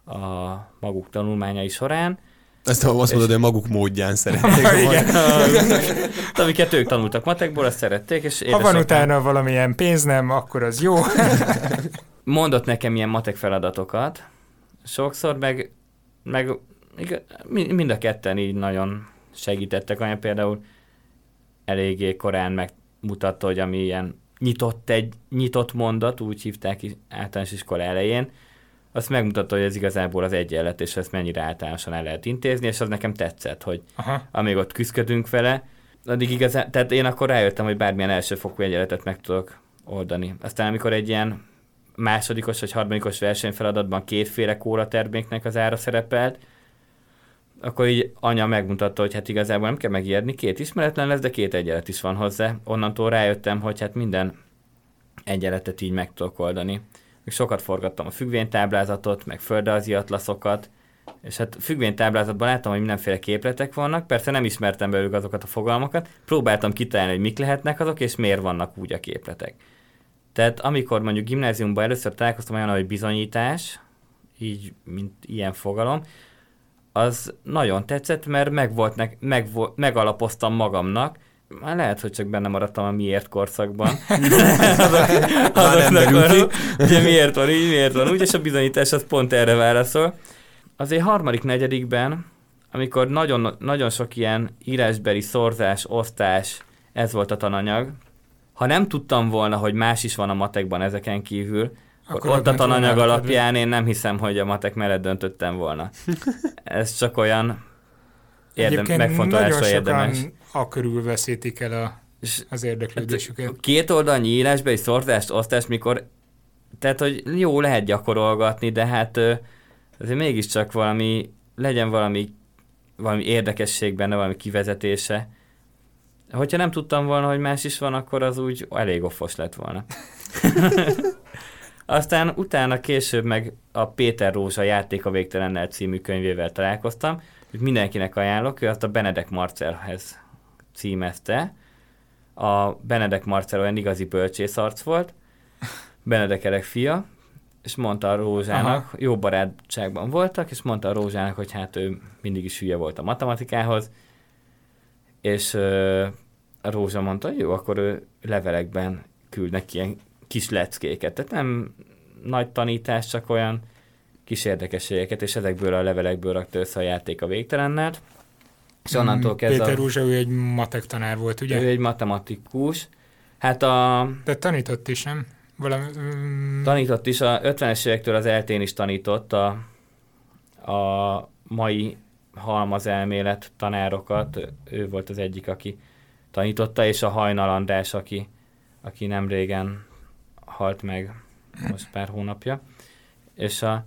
a maguk tanulmányai során. Ezt ha azt mondod, hogy maguk módján szerették. Amiket ők tanultak matekból, azt szerették. És ha van utána valamilyen pénz nem, akkor az jó. Mondott nekem ilyen matek feladatokat, sokszor, meg, meg mind a ketten így nagyon segítettek, olyan például eléggé korán megmutatta, hogy ami ilyen nyitott egy nyitott mondat, úgy hívták általános iskola elején, azt megmutatta, hogy ez igazából az egyenlet, és ezt mennyire általánosan el lehet intézni, és az nekem tetszett, hogy Aha. amíg ott küzdködünk vele, addig igazán, tehát én akkor rájöttem, hogy bármilyen elsőfokú egyenletet meg tudok oldani. Aztán amikor egy ilyen másodikos vagy harmadikos versenyfeladatban kétféle kóla terméknek az ára szerepelt, akkor így anya megmutatta, hogy hát igazából nem kell megijedni, két ismeretlen lesz, de két egyenlet is van hozzá. Onnantól rájöttem, hogy hát minden egyenletet így meg tudok oldani. Még sokat forgattam a függvénytáblázatot, meg földrajzi atlaszokat, és hát függvénytáblázatban láttam, hogy mindenféle képletek vannak, persze nem ismertem belőlük azokat a fogalmakat, próbáltam kitalálni, hogy mik lehetnek azok, és miért vannak úgy a képletek. Tehát amikor mondjuk gimnáziumban először találkoztam olyan, hogy bizonyítás, így, mint ilyen fogalom, az nagyon tetszett, mert meg volt nek, meg, megalapoztam magamnak, már lehet, hogy csak benne maradtam a miért korszakban. Azoknak arról, ugye miért van így, miért van úgy, és a bizonyítás az pont erre válaszol. Azért harmadik, negyedikben, amikor nagyon, nagyon sok ilyen írásbeli szorzás, osztás, ez volt a tananyag, ha nem tudtam volna, hogy más is van a matekban ezeken kívül, akkor ott a tananyag alapján én nem hiszem, hogy a matek mellett döntöttem volna. Ez csak olyan érdem, megfontolásra érdemes. Nagyon sokan a körül veszítik el a, az érdeklődésüket. Két oldalnyi írásbeli szorzást, osztást, mikor, tehát, hogy jó, lehet gyakorolgatni, de hát azért mégiscsak valami, legyen valami, valami érdekesség benne, valami kivezetése. Hogyha nem tudtam volna, hogy más is van, akkor az úgy elég offos lett volna. Aztán utána később meg a Péter Rózsa Játék a végtelennel című könyvével találkoztam, hogy mindenkinek ajánlok, ő azt a Benedek Marcelhez címezte. A Benedek Marcel olyan igazi bölcsészarc volt, Benedek Elek fia, és mondta a Rózsának, Aha. jó barátságban voltak, és mondta a Rózsának, hogy hát ő mindig is hülye volt a matematikához, és ö, a Rózsa mondta, jó, akkor ő levelekben küld neki ilyen kis leckéket, tehát nem nagy tanítás, csak olyan kis érdekességeket, és ezekből a levelekből rakta össze a Játék a végtelennel. És onnantól kezdve... Péter Rózsa, ő egy matek tanár volt, ugye? Ő egy matematikus. Hát a... De tanított is, nem? Valami... Tanított is, a ötvenes évektől az eltén is tanított a, a mai halmazelmélet tanárokat. Ő volt az egyik, aki tanította, és a Hajnal András, aki, aki nem régen halt meg, most pár hónapja. És a...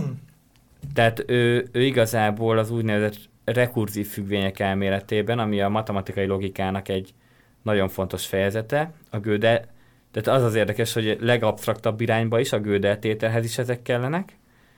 Tehát ő, ő igazából az úgynevezett rekurzív függvények elméletében, ami a matematikai logikának egy nagyon fontos fejezete, a Gödel, tehát az az érdekes, hogy legabsztraktabb irányba is, a Gödel tételhez is ezek kellenek,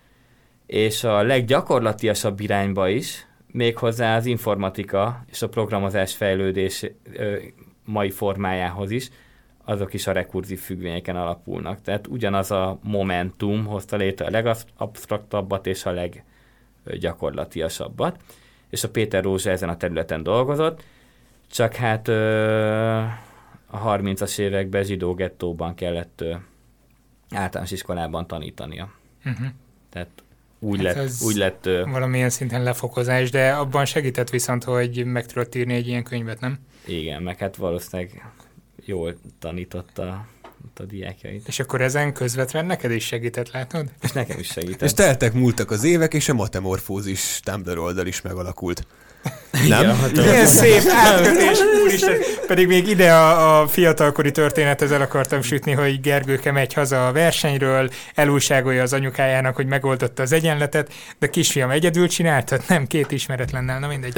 és a leggyakorlatiasabb irányba is, méghozzá az informatika és a programozás fejlődés ö, mai formájához is, azok is a rekurzív függvényeken alapulnak. Tehát ugyanaz a momentum hozta létre a legabsztraktabbat és a leggyakorlatiasabbat. És a Péter Rózsa ezen a területen dolgozott, csak hát ö, a harmincas években zsidó gettóban kellett ö, általános iskolában tanítania. Uh-huh. Tehát úgy hát lett... Úgy lett ö, valamilyen szinten lefokozás, de abban segített viszont, hogy meg tudott írni egy ilyen könyvet, nem? Igen, meg hát valószínűleg jól tanította a diákjait. És akkor ezen közvetlen neked is segített, látod? És nekem is segített. És teltek múltak az évek, és a Matemorfózis Tumblr oldal is megalakult. Nem? Milyen szép átkötés, úristen. Pedig még ide a, a fiatalkori történethez el akartam sütni, hogy Gergőke megy haza a versenyről, elújságolja az anyukájának, hogy megoldotta az egyenletet, de kisfiam egyedül csináltad, nem két ismeretlennel, na mindegy.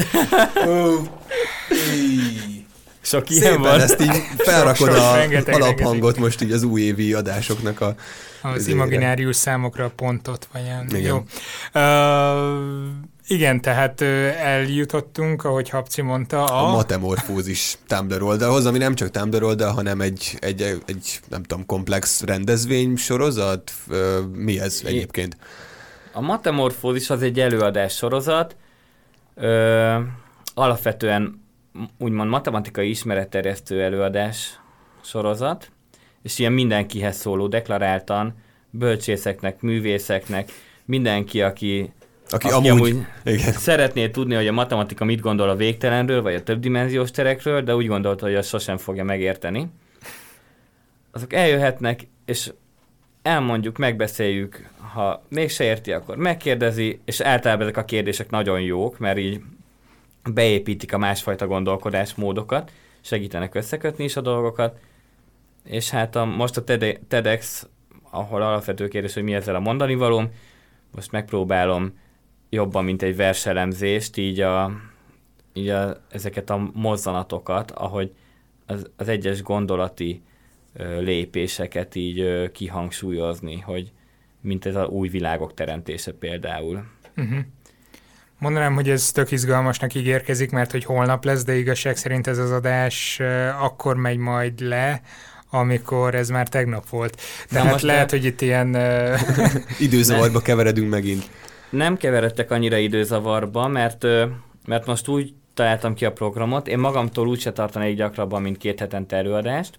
Sok ilyen van. Ezt így felrakod sok, sok, a rengeteg, alaphangot rengeteg. Most így az újévi adásoknak a... Az imaginárius számokra a pontot, vagy ilyen. Igen. Jó. Uh, igen, tehát eljutottunk, ahogy Habci mondta, a... A Matemorfózis Tumblr oldalhoz, ami nem csak Tumblr oldal, hanem egy, egy, egy nem tudom, komplex rendezvény sorozat. Mi ez egyébként? A Metamorfózis az egy előadás sorozat, ö, alapvetően úgymond matematikai ismeretterjesztő előadás sorozat, és ilyen mindenkihez szóló, deklaráltan, bölcsészeknek, művészeknek, mindenki, aki, aki, aki amúgy, amúgy igen. szeretné tudni, hogy a matematika mit gondol a végtelenről, vagy a többdimenziós terekről, de úgy gondolta, hogy azt sosem fogja megérteni. Azok eljöhetnek, és elmondjuk, megbeszéljük, ha mégse érti, akkor megkérdezi, és általában ezek a kérdések nagyon jók, mert így beépítik a másfajta gondolkodásmódokat, segítenek összekötni is a dolgokat, és hát a, most a TEDx, ahol alapvető kérdés, hogy mi ezzel a mondani valóm, most megpróbálom jobban, mint egy verselemzést, így, a, így a, ezeket a mozzanatokat, ahogy az, az egyes gondolati ö, lépéseket így ö, kihangsúlyozni, hogy mint ez az új világok teremtése például. Uh-huh. Mondanám, hogy ez tök izgalmasnak ígérkezik, mert hogy holnap lesz, de igazság szerint ez az adás uh, akkor megy majd le, amikor ez már tegnap volt. Tehát lehet, de... hogy itt ilyen... Uh... időzavarba keveredünk megint. Nem keveredtek annyira időzavarba, mert, mert most úgy találtam ki a programot, én magamtól úgyse tartanék gyakrabban, mint két hetente előadást,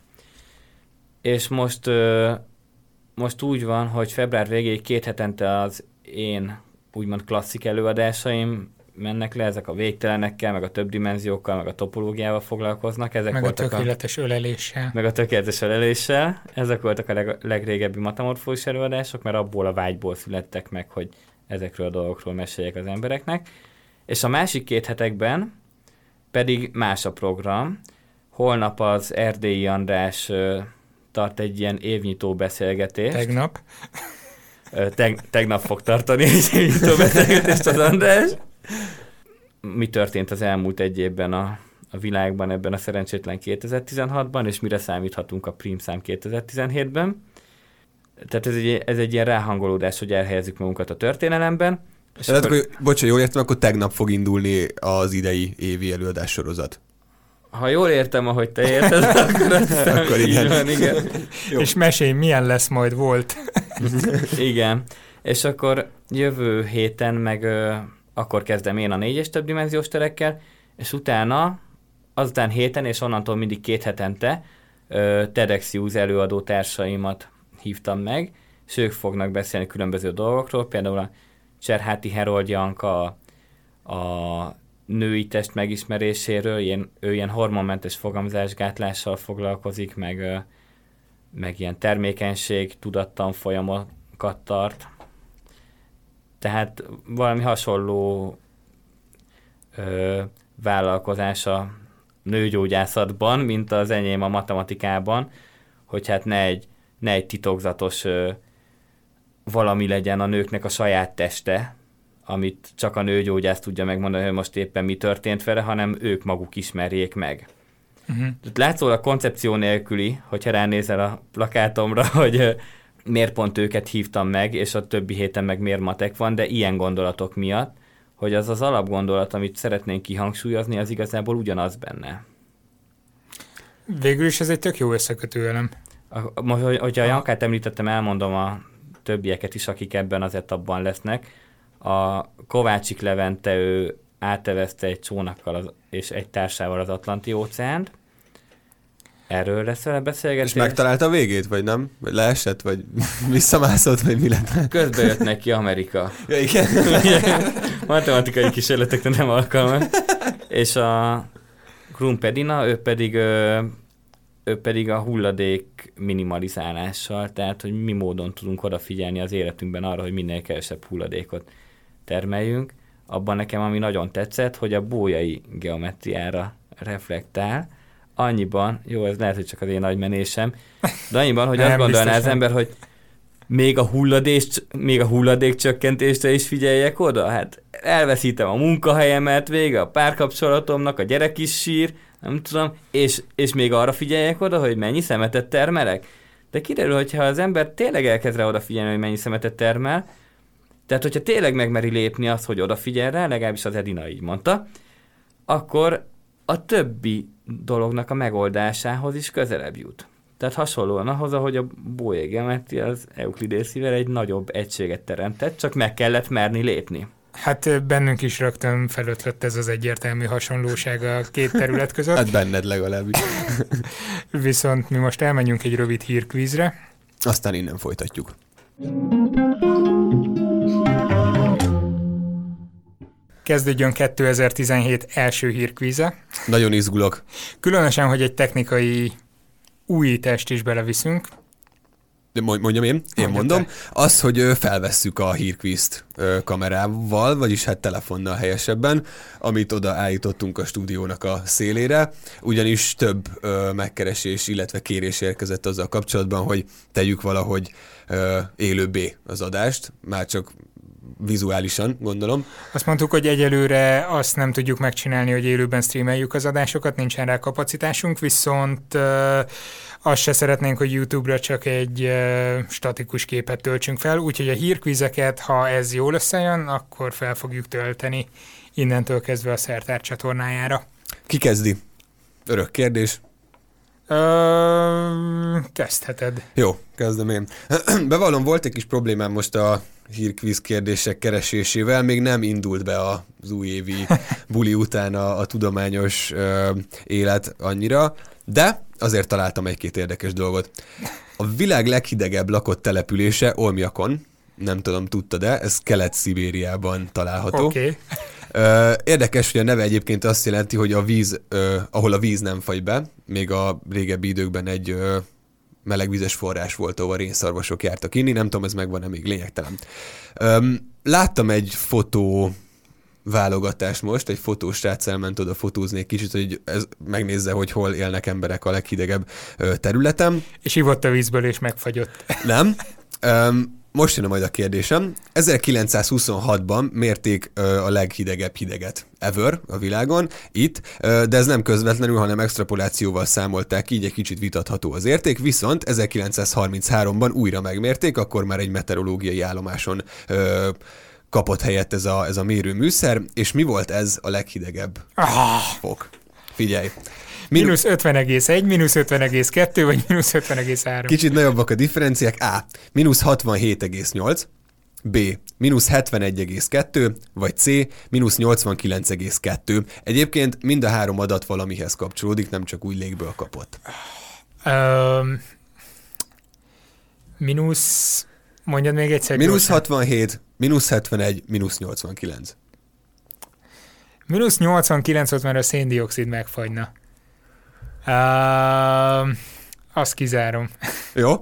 és most, most úgy van, hogy február végéig két hetente az én úgymond klasszik előadásaim mennek le, ezek a végtelenekkel, meg a több dimenziókkal, meg a topológiával foglalkoznak. Ezek meg voltak a tökéletes a, öleléssel. Meg a tökéletes öleléssel. Ezek voltak a leg, legrégebbi Metamorfózis előadások, mert abból a vágyból születtek meg, hogy ezekről a dolgokról meséljek az embereknek. És a másik két hetekben pedig más a program. Holnap az Erdélyi András uh, tart egy ilyen évnyitó beszélgetést. Tegnap. Teg, tegnap fog tartani egy évnyitó beszélgetést az András. Mi történt az elmúlt egy évben a, a világban, ebben a szerencsétlen kétezer-tizenhatban, és mire számíthatunk a prímszám kétezer-tizenhétben. Tehát ez egy, ez egy ilyen ráhangolódás, hogy elhelyezzük magunkat a történelemben. És akkor, akkor, bocsánat, jól értem, akkor tegnap fog indulni az idei évi előadás sorozat. Ha jól értem, ahogy te érted, akkor, akkor igen. Van, igen. És mesélj, milyen lesz majd volt. Igen. És akkor jövő héten meg ö, akkor kezdem én a négy és több dimenziós terekkel, és utána, azután héten, és onnantól mindig két hetente ö, TEDx Use előadó társaimat hívtam meg, és ők fognak beszélni különböző dolgokról, például a Cserháti Herold Janka a, a női test megismeréséről, ilyen, ő ilyen hormonmentes fogamzásgátlással foglalkozik, meg, meg ilyen termékenység, tudattanfolyamokat tart. Tehát valami hasonló ö, vállalkozás a nőgyógyászatban, mint az enyém a matematikában, hogy hát ne egy, ne egy titokzatos ö, valami legyen a nőknek a saját teste, amit csak a nőgyógyász tudja megmondani, hogy most éppen mi történt vele, hanem ők maguk ismerjék meg. Uh-huh. Látszólag koncepció nélküli, hogyha ránézel a plakátomra, hogy miért pont őket hívtam meg, és a többi héten meg miért matek van, de ilyen gondolatok miatt, hogy az az alapgondolat, amit szeretnénk kihangsúlyozni, az igazából ugyanaz benne. Végül is ez egy tök jó összekötő elem. Most, hogyha a Jankát említettem, elmondom a többieket is, akik ebben az etapban lesznek. A Kovácsik Levente, ő átevezte egy csónakkal az, és egy társával az Atlanti-óceánt. Erről lesz vele beszélgetés. És megtalálta a végét, vagy nem? Vagy leesett, vagy visszamászott, vagy mi lett? Közben jött neki Amerika. Ja, igen. Matematikai kísérletekre nem alkalmas. És a Grumpedina, ő pedig, ő pedig a hulladék minimalizálással, tehát hogy mi módon tudunk odafigyelni az életünkben arra, hogy minél kevesebb hulladékot termeljünk. Abban nekem, ami nagyon tetszett, hogy a bolyai geometriára reflektál, annyiban, jó, ez lehet, hogy csak az én nagymenésem, de annyiban, hogy nem, azt gondolná az ember, hogy még a, hulladék, még a hulladék csökkentésre is figyeljek oda? Hát elveszítem a munkahelyemet, vége a párkapcsolatomnak, a gyerek is sír, nem tudom, és, és még arra figyeljek oda, hogy mennyi szemetet termelek. De kiderül, hogyha az ember tényleg elkezd rá odafigyelni, hogy mennyi szemetet termel, tehát hogyha tényleg megmeri lépni azt, hogy odafigyel rá, legalábbis az Edina így mondta, akkor a többi dolognak a megoldásához is közelebb jut. Tehát hasonlóan ahhoz, ahogy a Bolyai geometria az Euklidészivel egy nagyobb egységet teremtett, csak meg kellett merni lépni. Hát bennünk is rögtön felötlött ez az egyértelmű hasonlóság a két terület között. Hát benned legalábbis. Viszont mi most elmenjünk egy rövid hírkvízre. Aztán innen folytatjuk. Kezdődjön kétezer-tizenhét első hírkvíze. Nagyon izgulok. Különösen, hogy egy technikai újítást is beleviszünk. De mondjam én, én Mondja mondom. te. Az, hogy ö, felvesszük a hírkvízt ö, kamerával, vagyis hát telefonnal helyesebben, amit oda állítottunk a stúdiónak a szélére, ugyanis több ö, megkeresés, illetve kérés érkezett azzal kapcsolatban, hogy tegyük valahogy ö, élőbbé az adást, már csak vizuálisan, gondolom. Azt mondtuk, hogy egyelőre azt nem tudjuk megcsinálni, hogy élőben streameljük az adásokat, nincsen rá kapacitásunk, viszont uh, azt se szeretnénk, hogy YouTube-ra csak egy uh, statikus képet töltsünk fel, úgyhogy a hírkvízeket, ha ez jól összejön, akkor fel fogjuk tölteni innentől kezdve a Szertár csatornájára. Ki kezdi? Örök kérdés. Ö, kezdheted. Jó, kezdem én. Bevallom, volt egy kis problémám most a hírkvíz kérdések keresésével, még nem indult be az újévi buli után a, a tudományos ö, élet annyira, de azért találtam egy-két érdekes dolgot. A világ leghidegebb lakott települése Olmjakon, nem tudom, tudtad-e, ez Kelet-Szibériában található. Oké. Okay. Ö, érdekes, hogy a neve egyébként azt jelenti, hogy a víz, ö, ahol a víz nem fagy be, még a régebbi időkben egy ö, melegvizes forrás volt, ahol rénszarvasok jártak inni, nem tudom, ez megvan-e még, lényegtelen. Ö, láttam egy fotó válogatást most, egy fotós srác elment oda fotózni egy kicsit, hogy ez, megnézze, hogy hol élnek emberek a leghidegebb ö, területen. És ivott a vízből, és megfagyott. Nem. Ö, Most jön majd a kérdésem. ezerkilencszázhuszonhatban mérték ö, a leghidegebb hideget ever a világon, itt, ö, de ez nem közvetlenül, hanem extrapolációval számolták ki, így egy kicsit vitatható az érték, viszont ezerkilencszázharmincháromban újra megmérték, akkor már egy meteorológiai állomáson ö, kapott helyet ez a, ez a mérőműszer, és mi volt ez a leghidegebb Ah, fok? Figyelj! mínusz ötven egész egy, mínusz ötven egész kettő, vagy mínusz ötven egész három. Kicsit nagyobbak a differenciák. A. mínusz hatvanhét egész nyolc, B. mínusz hetvenegy egész kettő, vagy C. mínusz nyolcvankilenc egész kettő. Egyébként mind a három adat valamihez kapcsolódik, nem csak úgy légből kapott. Um, mínusz, mondjad még egyszer. mínusz gyorsan. hatvanhét, mínusz hetvenegy, mínusz nyolcvankilenc. mínusz nyolcvankilenc, ott már a széndioxid megfagyna. Uh, azt kizárom. Jó?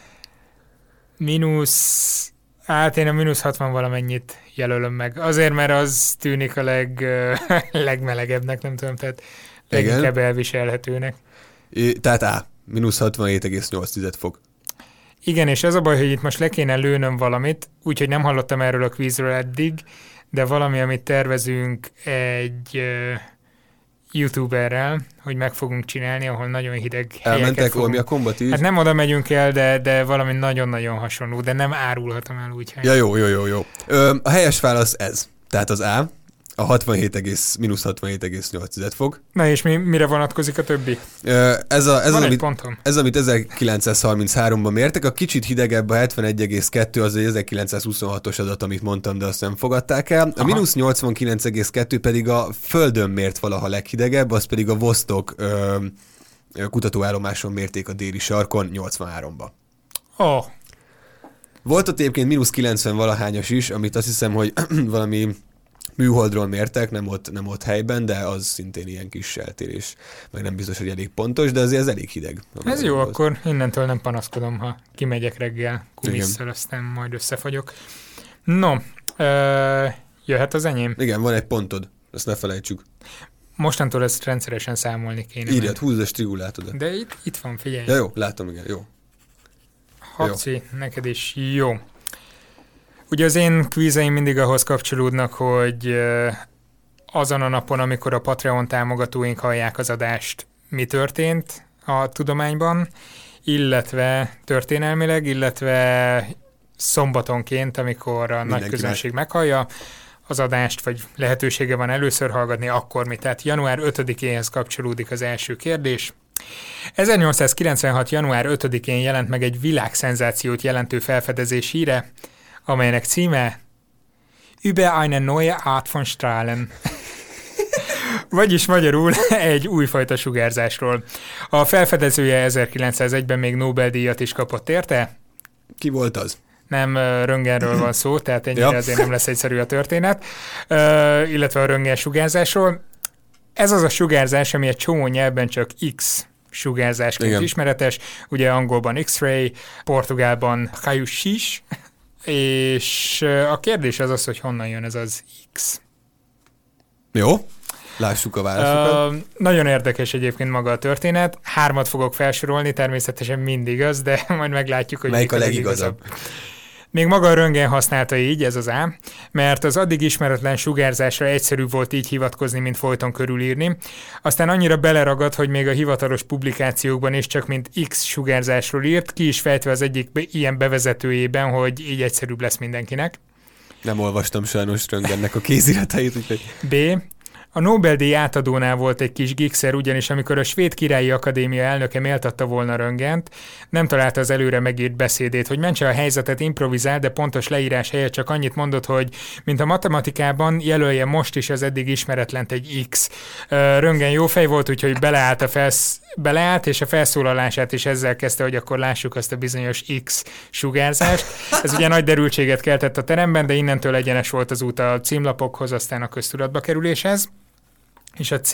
Mínusz, hát én a mínusz hatvan valamennyit jelölöm meg. Azért, mert az tűnik a leg, legmelegebbnek, nem tudom, tehát leginkább elviselhetőnek. É, tehát A. mínusz hatvanhét egész nyolc fok. Igen, és az a baj, hogy itt most le kéne lőnöm valamit, úgyhogy nem hallottam erről a kvízről eddig, de valami, amit tervezünk egy uh, youtuberrel, hogy meg fogunk csinálni, ahol nagyon hideg helyeket Elmentek fogunk. Olmjakonba ti is? Hát nem oda megyünk el, de, de valami nagyon-nagyon hasonló, de nem árulhatom el úgy. Ja, jó, jó, jó, jó. Ö, a helyes válasz ez. Tehát az A. A hatvanhét, mínusz hatvanhét egész nyolc fok. Na és mi, mire vonatkozik a többi? Ö, ez, a, ez, Van az, egy amit, pontom. ez, amit ezerkilencszázharminchárom-ban mértek, a kicsit hidegebb a hetvenegy egész kettő, az egy ezerkilencszázhuszonhatos adat, amit mondtam, de azt nem fogadták el. A Aha. mínusz nyolcvankilenc egész kettő pedig a Földön mért valaha leghidegebb, az pedig a Vostok ö, kutatóállomáson mérték a déli sarkon nyolcvanháromba. Ó, oh, Volt ott egyébként mínusz kilencven valahányos is, amit azt hiszem, hogy valami műholdról mértek, nem ott, nem ott helyben, de az szintén ilyen kis eltérés, meg nem biztos, hogy elég pontos, de azért ez elég hideg. ez jó, akkor innentől nem panaszkodom, ha kimegyek reggel kumisszal, aztán majd összefagyok. No, ö, jöhet az enyém? Igen, van egy pontod, ezt ne felejtsük. Mostantól ezt rendszeresen számolni kéne. Írjad, húzd a strigulátod. De itt, itt van, figyelj. Ja, jó, látom, igen, jó. Habci, neked is jó. Ugye az én kvízeim mindig ahhoz kapcsolódnak, hogy azon a napon, amikor a Patreon támogatóink hallják az adást, mi történt a tudományban, illetve történelmileg, illetve szombatonként, amikor a Mindenki nagy közönség meghallja az adást, vagy lehetősége van először hallgatni, akkor mi. Tehát január ötödikéhez kapcsolódik az első kérdés. ezernyolcszázkilencvenhat. január ötödikén jelent meg egy világszenzációt jelentő felfedezés híre, amelynek címe Über eine neue Art von Strahlen. Vagyis magyarul egy újfajta sugárzásról. A felfedezője ezerkilencszázegyben még Nobel-díjat is kapott érte. Ki volt az? Nem röntgenről van szó, tehát ennyire Ja. azért nem lesz egyszerű a történet, uh, illetve a röntgen sugárzásról. Ez az a sugárzás, ami egy csomó nyelvben csak X sugárzásként Igen. ismeretes, ugye angolban X-ray, portugálban raio-x, és a kérdés az az, hogy honnan jön ez az X. Jó, lássuk a válaszokat. Uh, nagyon érdekes egyébként maga a történet. Hármat fogok felsorolni, természetesen mindig az, de majd meglátjuk, hogy Melyik a mik legigazabb. Még maga a röntgen használta így, ez az A, mert az addig ismeretlen sugárzásra egyszerűbb volt így hivatkozni, mint folyton körülírni. Aztán annyira beleragadt, hogy még a hivatalos publikációkban is csak mint X sugárzásról írt, ki is fejtve az egyik be- ilyen bevezetőjében, hogy így egyszerűbb lesz mindenkinek. Nem olvastam sajnos röntgennek a kéziratait, úgyhogy... B. A Nobel-díj átadónál volt egy kis gigszer, ugyanis amikor a Svéd Királyi Akadémia elnöke méltatta volna Röntgent, nem találta az előre megírt beszédét, hogy mentse a helyzetet, improvizál, de pontos leírás helyett csak annyit mondott, hogy mint a matematikában jelölje most is az eddig ismeretlent egy X. Röntgen jó fej volt, úgyhogy beleállt, a felsz... beleállt, és a felszólalását is ezzel kezdte, hogy akkor lássuk azt a bizonyos X sugárzást. Ez ugye nagy derültséget keltett a teremben, de innentől egyenes volt az út a címlapokhoz, aztán a köztudatba kerüléshez. És a C,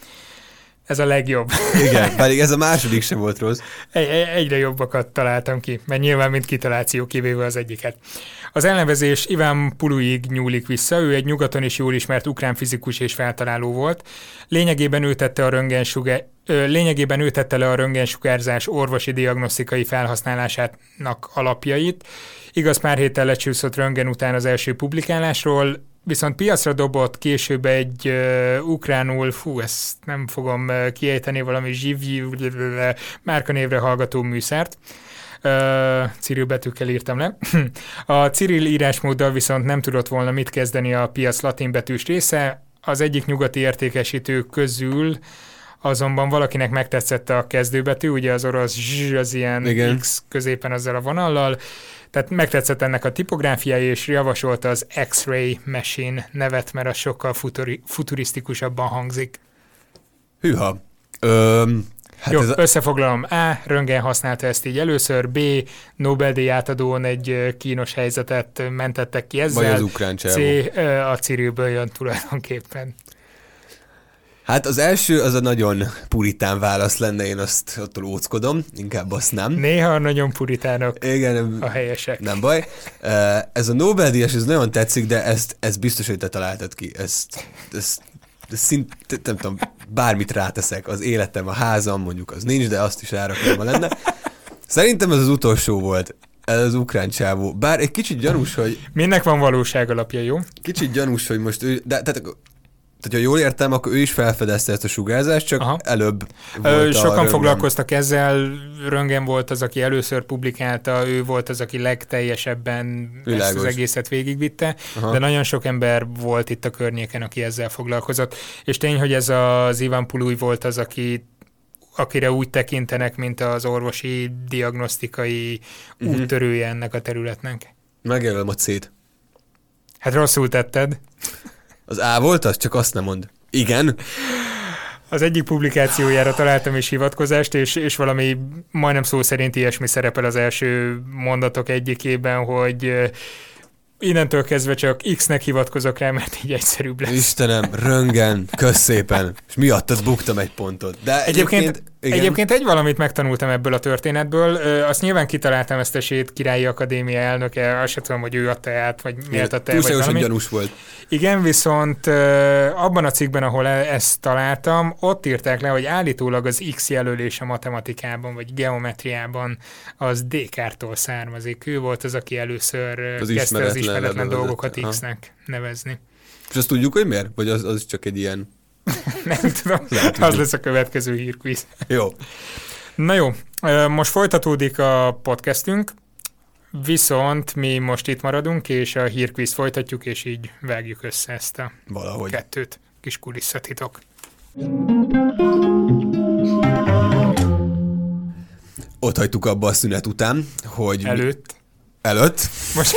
ez a legjobb. Igen, pedig ez a második sem volt rossz. Egy, egyre jobbakat találtam ki, mert nyilván mind kitaláció, kivéve az egyiket. Az elnevezés Iván Puluig nyúlik vissza, ő egy nyugaton is jól ismert ukrán fizikus és feltaláló volt. Lényegében ő tette, a röntgensugá... Lényegében ő tette le a röntgensugárzás orvosi diagnosztikai felhasználásának alapjait. Igaz, pár héttel lecsúszott röntgen után az első publikálásról, viszont piacra dobott később egy uh, ukránul, fú, ezt nem fogom uh, kiejteni, valami zsivji márkanévre hallgató műszert. Uh, Cyril betűkkel írtam le. A Cyril írásmóddal viszont nem tudott volna mit kezdeni a piac latinbetűs része. Az egyik nyugati értékesítő közül azonban valakinek megtetszett a kezdőbetű, ugye az orosz zs, az ilyen Igen. X középen azzal a vonallal, tehát megtetszett ennek a tipográfiája, és javasolta az X-ray machine nevet, mert az sokkal futuri- futurisztikusabban hangzik. Hűha. Öm, hát Jó, ez a... összefoglalom. A. Röntgen használta ezt így először, B. Nobel-díj átadón egy ö, kínos helyzetet mentettek ki ezzel. Vagy az ukrán C. csávó. ö, A Cyrilből jön tulajdonképpen. Hát az első az a nagyon puritán válasz lenne, én azt attól óckodom, inkább azt nem. Néha nagyon puritánok Igen, a helyesek. nem baj. Ez a Nobel-díjas, ez nagyon tetszik, de ezt, ezt biztos, hogy te találtad ki. Ezt, ezt, ezt szint, nem tudom, bármit ráteszek, az életem, a házam, mondjuk az nincs, de azt is rárakom, ha lenne. Szerintem ez az utolsó volt, ez az ukrán csávó. Bár egy kicsit gyanús, hogy... Mindnek van valóság alapja, jó? Kicsit gyanús, hogy most ő... De, tehát, tehát, ha jól értem, akkor ő is felfedezte ezt a sugárzást, csak Aha. előbb volt Ö, a Sokan röntgen. foglalkoztak ezzel, Röntgen volt az, aki először publikálta, ő volt az, aki legteljesebben Világos. ezt az egészet végigvitte, Aha. de nagyon sok ember volt itt a környéken, aki ezzel foglalkozott. És tény, hogy ez az Iván Puluj volt az, aki akire úgy tekintenek, mint az orvosi diagnosztikai uh-huh. úttörője ennek a területnek. Megjelölöm a C-t. Hát rosszul tetted. Az A volt az? Csak azt nem mond. Igen. Az egyik publikációjára találtam is hivatkozást, és, és valami majdnem szó szerint ilyesmi szerepel az első mondatok egyikében, hogy innentől kezdve csak X-nek hivatkozok rá, mert így egyszerűbb lesz. Istenem, Röntgen, kösz szépen. És miattad buktam egy pontot. De egyébként, egyébként, egyébként egy valamit megtanultam ebből a történetből. Ö, azt nyilván kitaláltam, ezt a Svéd Királyi Akadémia elnöke, azt sem tudom, hogy ő adta át, vagy miért adta el, vagy valami. gyanús volt. Igen, viszont ö, abban a cikkben, ahol ezt találtam, ott írták le, hogy állítólag az X jelölés a matematikában, vagy geometriában az Descartes-tól származik. Ő volt az, aki először az kezdte az ismeretlen dolgokat Aha. X-nek nevezni. És azt tudjuk, hogy miért? Vagy az, az csak egy ilyen... Nem tudom, az lesz a következő hírkvíz. Jó. Na jó, most folytatódik a podcastünk, viszont mi most itt maradunk, és a hírkvíz folytatjuk, és így vágjuk össze ezt a Valahogy. kettőt. Kis kulisszatitok. ott hagytuk abba a szünet után, hogy... Előtt. Előtt. Most,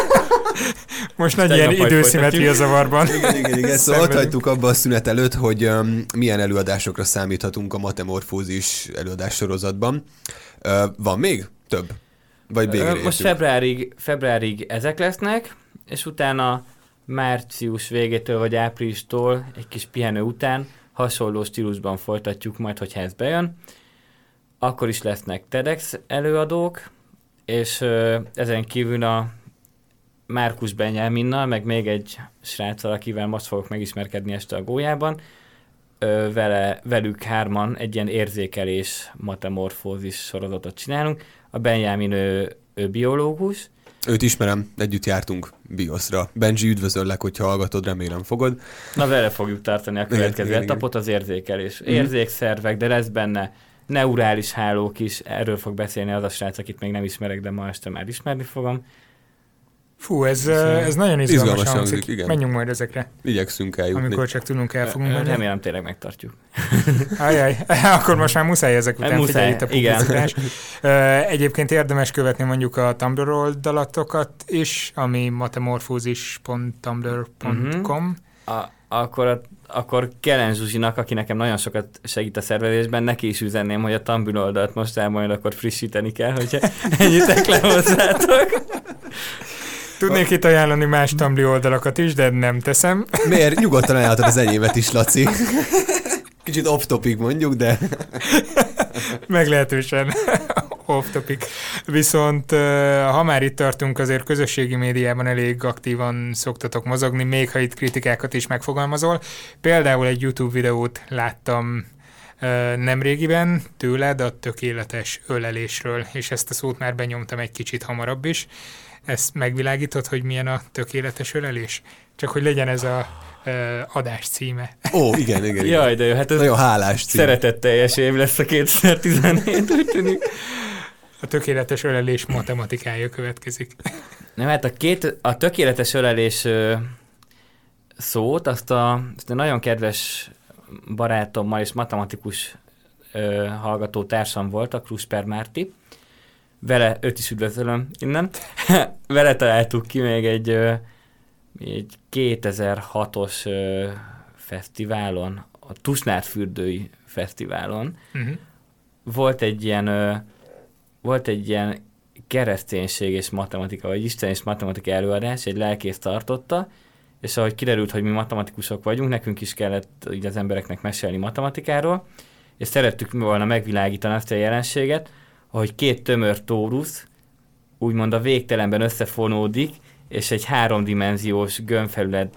most nagy ilyen időszimetria zavarban. Igen, igen, igen. Szóval ott hagytuk abba a szünet előtt, hogy um, milyen előadásokra számíthatunk a Matemorfózis előadás sorozatban. Uh, van még? Több? Vagy végre értünk? Most februárig, februárig ezek lesznek, és utána március végétől vagy áprilistól egy kis pihenő után hasonló stílusban folytatjuk majd, hogyha ez bejön. Akkor is lesznek TEDx előadók, és ö, ezen kívül a Márkus Benyáminnal, meg még egy sráccal, akivel most fogok megismerkedni este a Gólyában, ö, vele, velük hárman egy ilyen érzékelés matemorfózis sorozatot csinálunk. A Benyámin ő, ő biológus. Őt ismerem, együtt jártunk bioszra. Benji, üdvözöllek, hogyha hallgatod, remélem fogod. Na, vele fogjuk tartani a következő etapot, az érzékelés. Mm. Érzékszervek, de lesz benne neurális hálók is, erről fog beszélni az a srác, akit még nem ismerek, de ma este már ismerni fogom. Fú, ez, ez nagyon izgalmas, izgalmas hangzik. hangzik, igen. Menjünk majd ezekre. Igyekszünk eljutni. Amikor csak tudunk, el fogunk menni. Remélem tényleg megtartjuk. Ajaj, akkor most már muszáj ezek után, muszáj, figyelj itt a publicitás. Egyébként érdemes követni mondjuk a Tumblr oldalatokat is, ami matemorfózis pont tumblr pont com. Uh-huh. Akkor, a, akkor Kellen Zsuzsinak, aki nekem nagyon sokat segít a szervezésben, neki is üzenném, hogy a Tumblr oldalt most el majd akkor frissíteni kell, hogyha ennyitek le hozzátok. Tudnék itt ajánlani más Tumblr oldalakat is, de nem teszem. Miért? Nyugodtan ajánlhatod az enyémet is, Laci. Kicsit off-topic mondjuk, de... Meglehetősen off-topic. Viszont ha már itt tartunk, azért közösségi médiában elég aktívan szoktatok mozogni, még ha itt kritikákat is megfogalmazol. Például egy YouTube videót láttam nemrégiben tőled a tökéletes ölelésről, és ezt a szót már benyomtam egy kicsit hamarabb is. Ezt megvilágítod, hogy milyen a tökéletes ölelés? Csak hogy legyen ez a uh, adás címe. Ó, igen, igen. igen. Jaj, de jó, hát ez nagyon hálás cím. Szeretetteljes év lesz a kétezer-tizenhét, úgy tűnik. A tökéletes ölelés matematikája következik. Nem, hát a, két, a tökéletes ölelés ö, szót, azt a, azt a nagyon kedves barátommal és matematikus ö, hallgató társam volt, a Krusper Márti. Vele, őt is üdvözölöm innen. Vele találtuk ki még egy, ö, egy kétezer-hatos ö, fesztiválon, a Tusnádfürdői fesztiválon. Uh-huh. Volt egy ilyen ö, volt egy ilyen kereszténység és matematika, vagy Isten és matematika előadás, egy lelkész tartotta, és ahogy kiderült, hogy mi matematikusok vagyunk, nekünk is kellett így az embereknek mesélni matematikáról, és szerettük volna megvilágítani azt a jelenséget, hogy két tömör tórusz úgymond a végtelenben összefonódik, és egy háromdimenziós gömbfelületté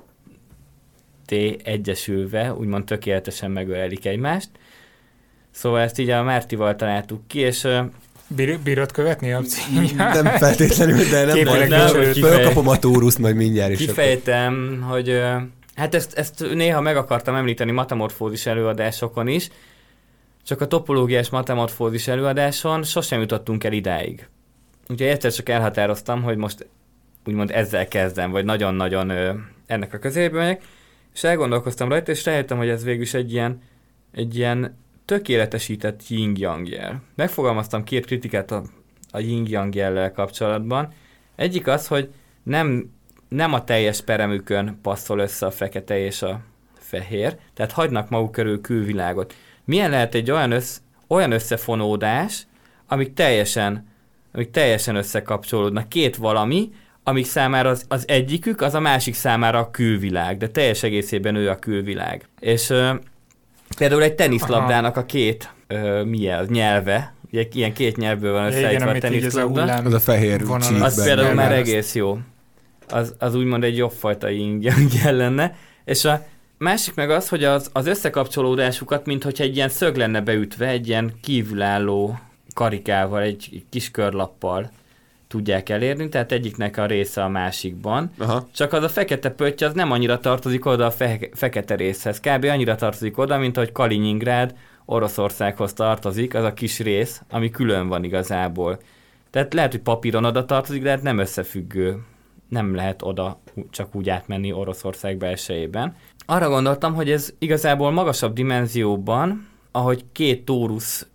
egyesülve, úgymond tökéletesen megölelik egymást. Szóval ezt így a Mártival találtuk ki, és... Bír, bírod követni a címját? Nem feltétlenül, de nem baj. Fölkapom a tóruszt majd mindjárt. Kifejtem, hogy hát ezt, ezt néha meg akartam említeni matemorfózis előadásokon is, csak a topológiás matemorfózis előadáson sosem jutottunk el idáig. Úgyhogy egyszer csak elhatároztam, hogy most úgymond ezzel kezdem, vagy nagyon-nagyon ö, ennek a közébe megyek, és elgondolkoztam rajta, és rájöttem, hogy ez végül is egy ilyen, egy ilyen tökéletesített yin-yang jel. Megfogalmaztam két kritikát a, a yin-yang jellel kapcsolatban. Egyik az, hogy nem, nem a teljes peremükön passzol össze a fekete és a fehér, tehát hagynak maguk körül külvilágot. Milyen lehet egy olyan, össz, olyan összefonódás, amik teljesen, amik teljesen összekapcsolódnak. Két valami, amik számára az, az egyikük, az a másik számára a külvilág, de teljes egészében ő a külvilág. És ö, például egy teniszlabdának a két ö, milyen, nyelve, ugye ilyen két nyelvből van összeállítva a teniszlabda. Az a fehér csíkben. Az például már egész jó. Az, az úgymond egy jobb fajta yin-yang jel lenne. És a másik meg az, hogy az, az összekapcsolódásukat, mint hogyha egy ilyen szög lenne beütve, egy ilyen kívülálló karikával, egy, egy kis körlappal tudják elérni, tehát egyiknek a része a másikban. Aha. Csak az a fekete pötty, az nem annyira tartozik oda a fe- fekete részhez. Kb. Annyira tartozik oda, mint ahogy Kaliningrád Oroszországhoz tartozik, az a kis rész, ami külön van igazából. Tehát lehet, hogy papíron oda tartozik, de hát nem összefüggő. Nem lehet oda csak úgy átmenni Oroszország belsejében. Arra gondoltam, hogy ez igazából magasabb dimenzióban, ahogy két tórusz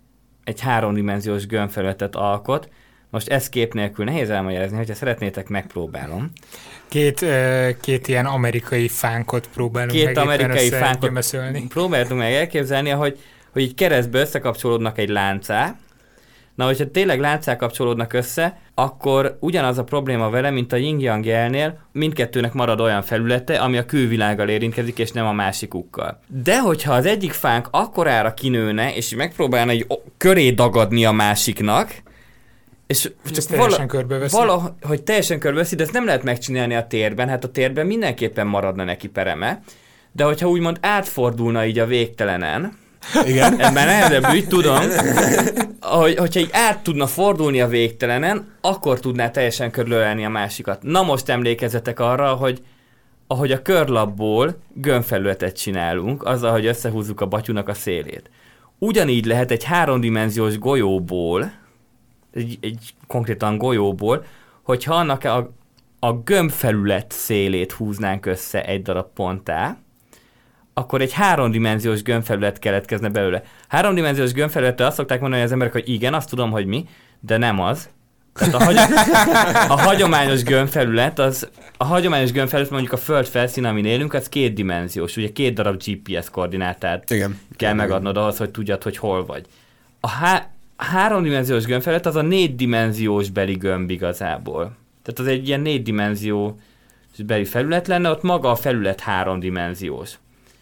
egy háromdimenziós gömbfelületet alkot. Most ezt kép nélkül nehéz elmagyarázni, hogyha szeretnétek, megpróbálom. Két, két ilyen amerikai fánkot próbálunk két meg amerikai fánkot gyömeszölni. próbáltunk meg elképzelni, hogy, hogy így keresztbe összekapcsolódnak egy láncá. Na, hogyha tényleg láncá kapcsolódnak össze, akkor ugyanaz a probléma vele, mint a yin-yang jelnél, mindkettőnek marad olyan felülete, ami a külvilággal érintkezik, és nem a másikukkal. De hogyha az egyik fánk akkorára kinőne, és megpróbálna egy köré dagadni a másiknak, és csak teljesen körbeveszi. Valahogy teljesen körbeveszi, de ezt nem lehet megcsinálni a térben, hát a térben mindenképpen maradna neki pereme, de hogyha úgymond átfordulna így a végtelenen, igen. Ez már nehezebb ügy, tudom, hogy, hogyha így át tudna fordulni a végtelenen, akkor tudná teljesen körülölelni a másikat. Na most emlékezzetek arra, hogy ahogy a körlapból gömbfelületet csinálunk, azzal, hogy összehúzzuk a batyúnak a szélét. Ugyanígy lehet egy háromdimenziós golyóból, egy, egy konkrétan golyóból, hogyha annak a, a gömbfelület szélét húznánk össze egy darab ponttá, akkor egy háromdimenziós gömbfelület keletkezne belőle. Háromdimenziós gömbfelületre azt szokták mondani az emberek, hogy igen, azt tudom, hogy mi, de nem az. Tehát a, hagy- a hagyományos gömbfelület, az, a hagyományos gömbfelület, mondjuk a föld felszín, amin élünk, az kétdimenziós, ugye két darab gé pé es koordinátát igen. kell megadnod ahhoz, hogy tudjad, hogy hol vagy. A há- háromdimenziós gömbfelület az a négydimenziós beli gömb igazából. Tehát az egy ilyen négydimenziós beli felület lenne, ott maga a felület háromdimenziós.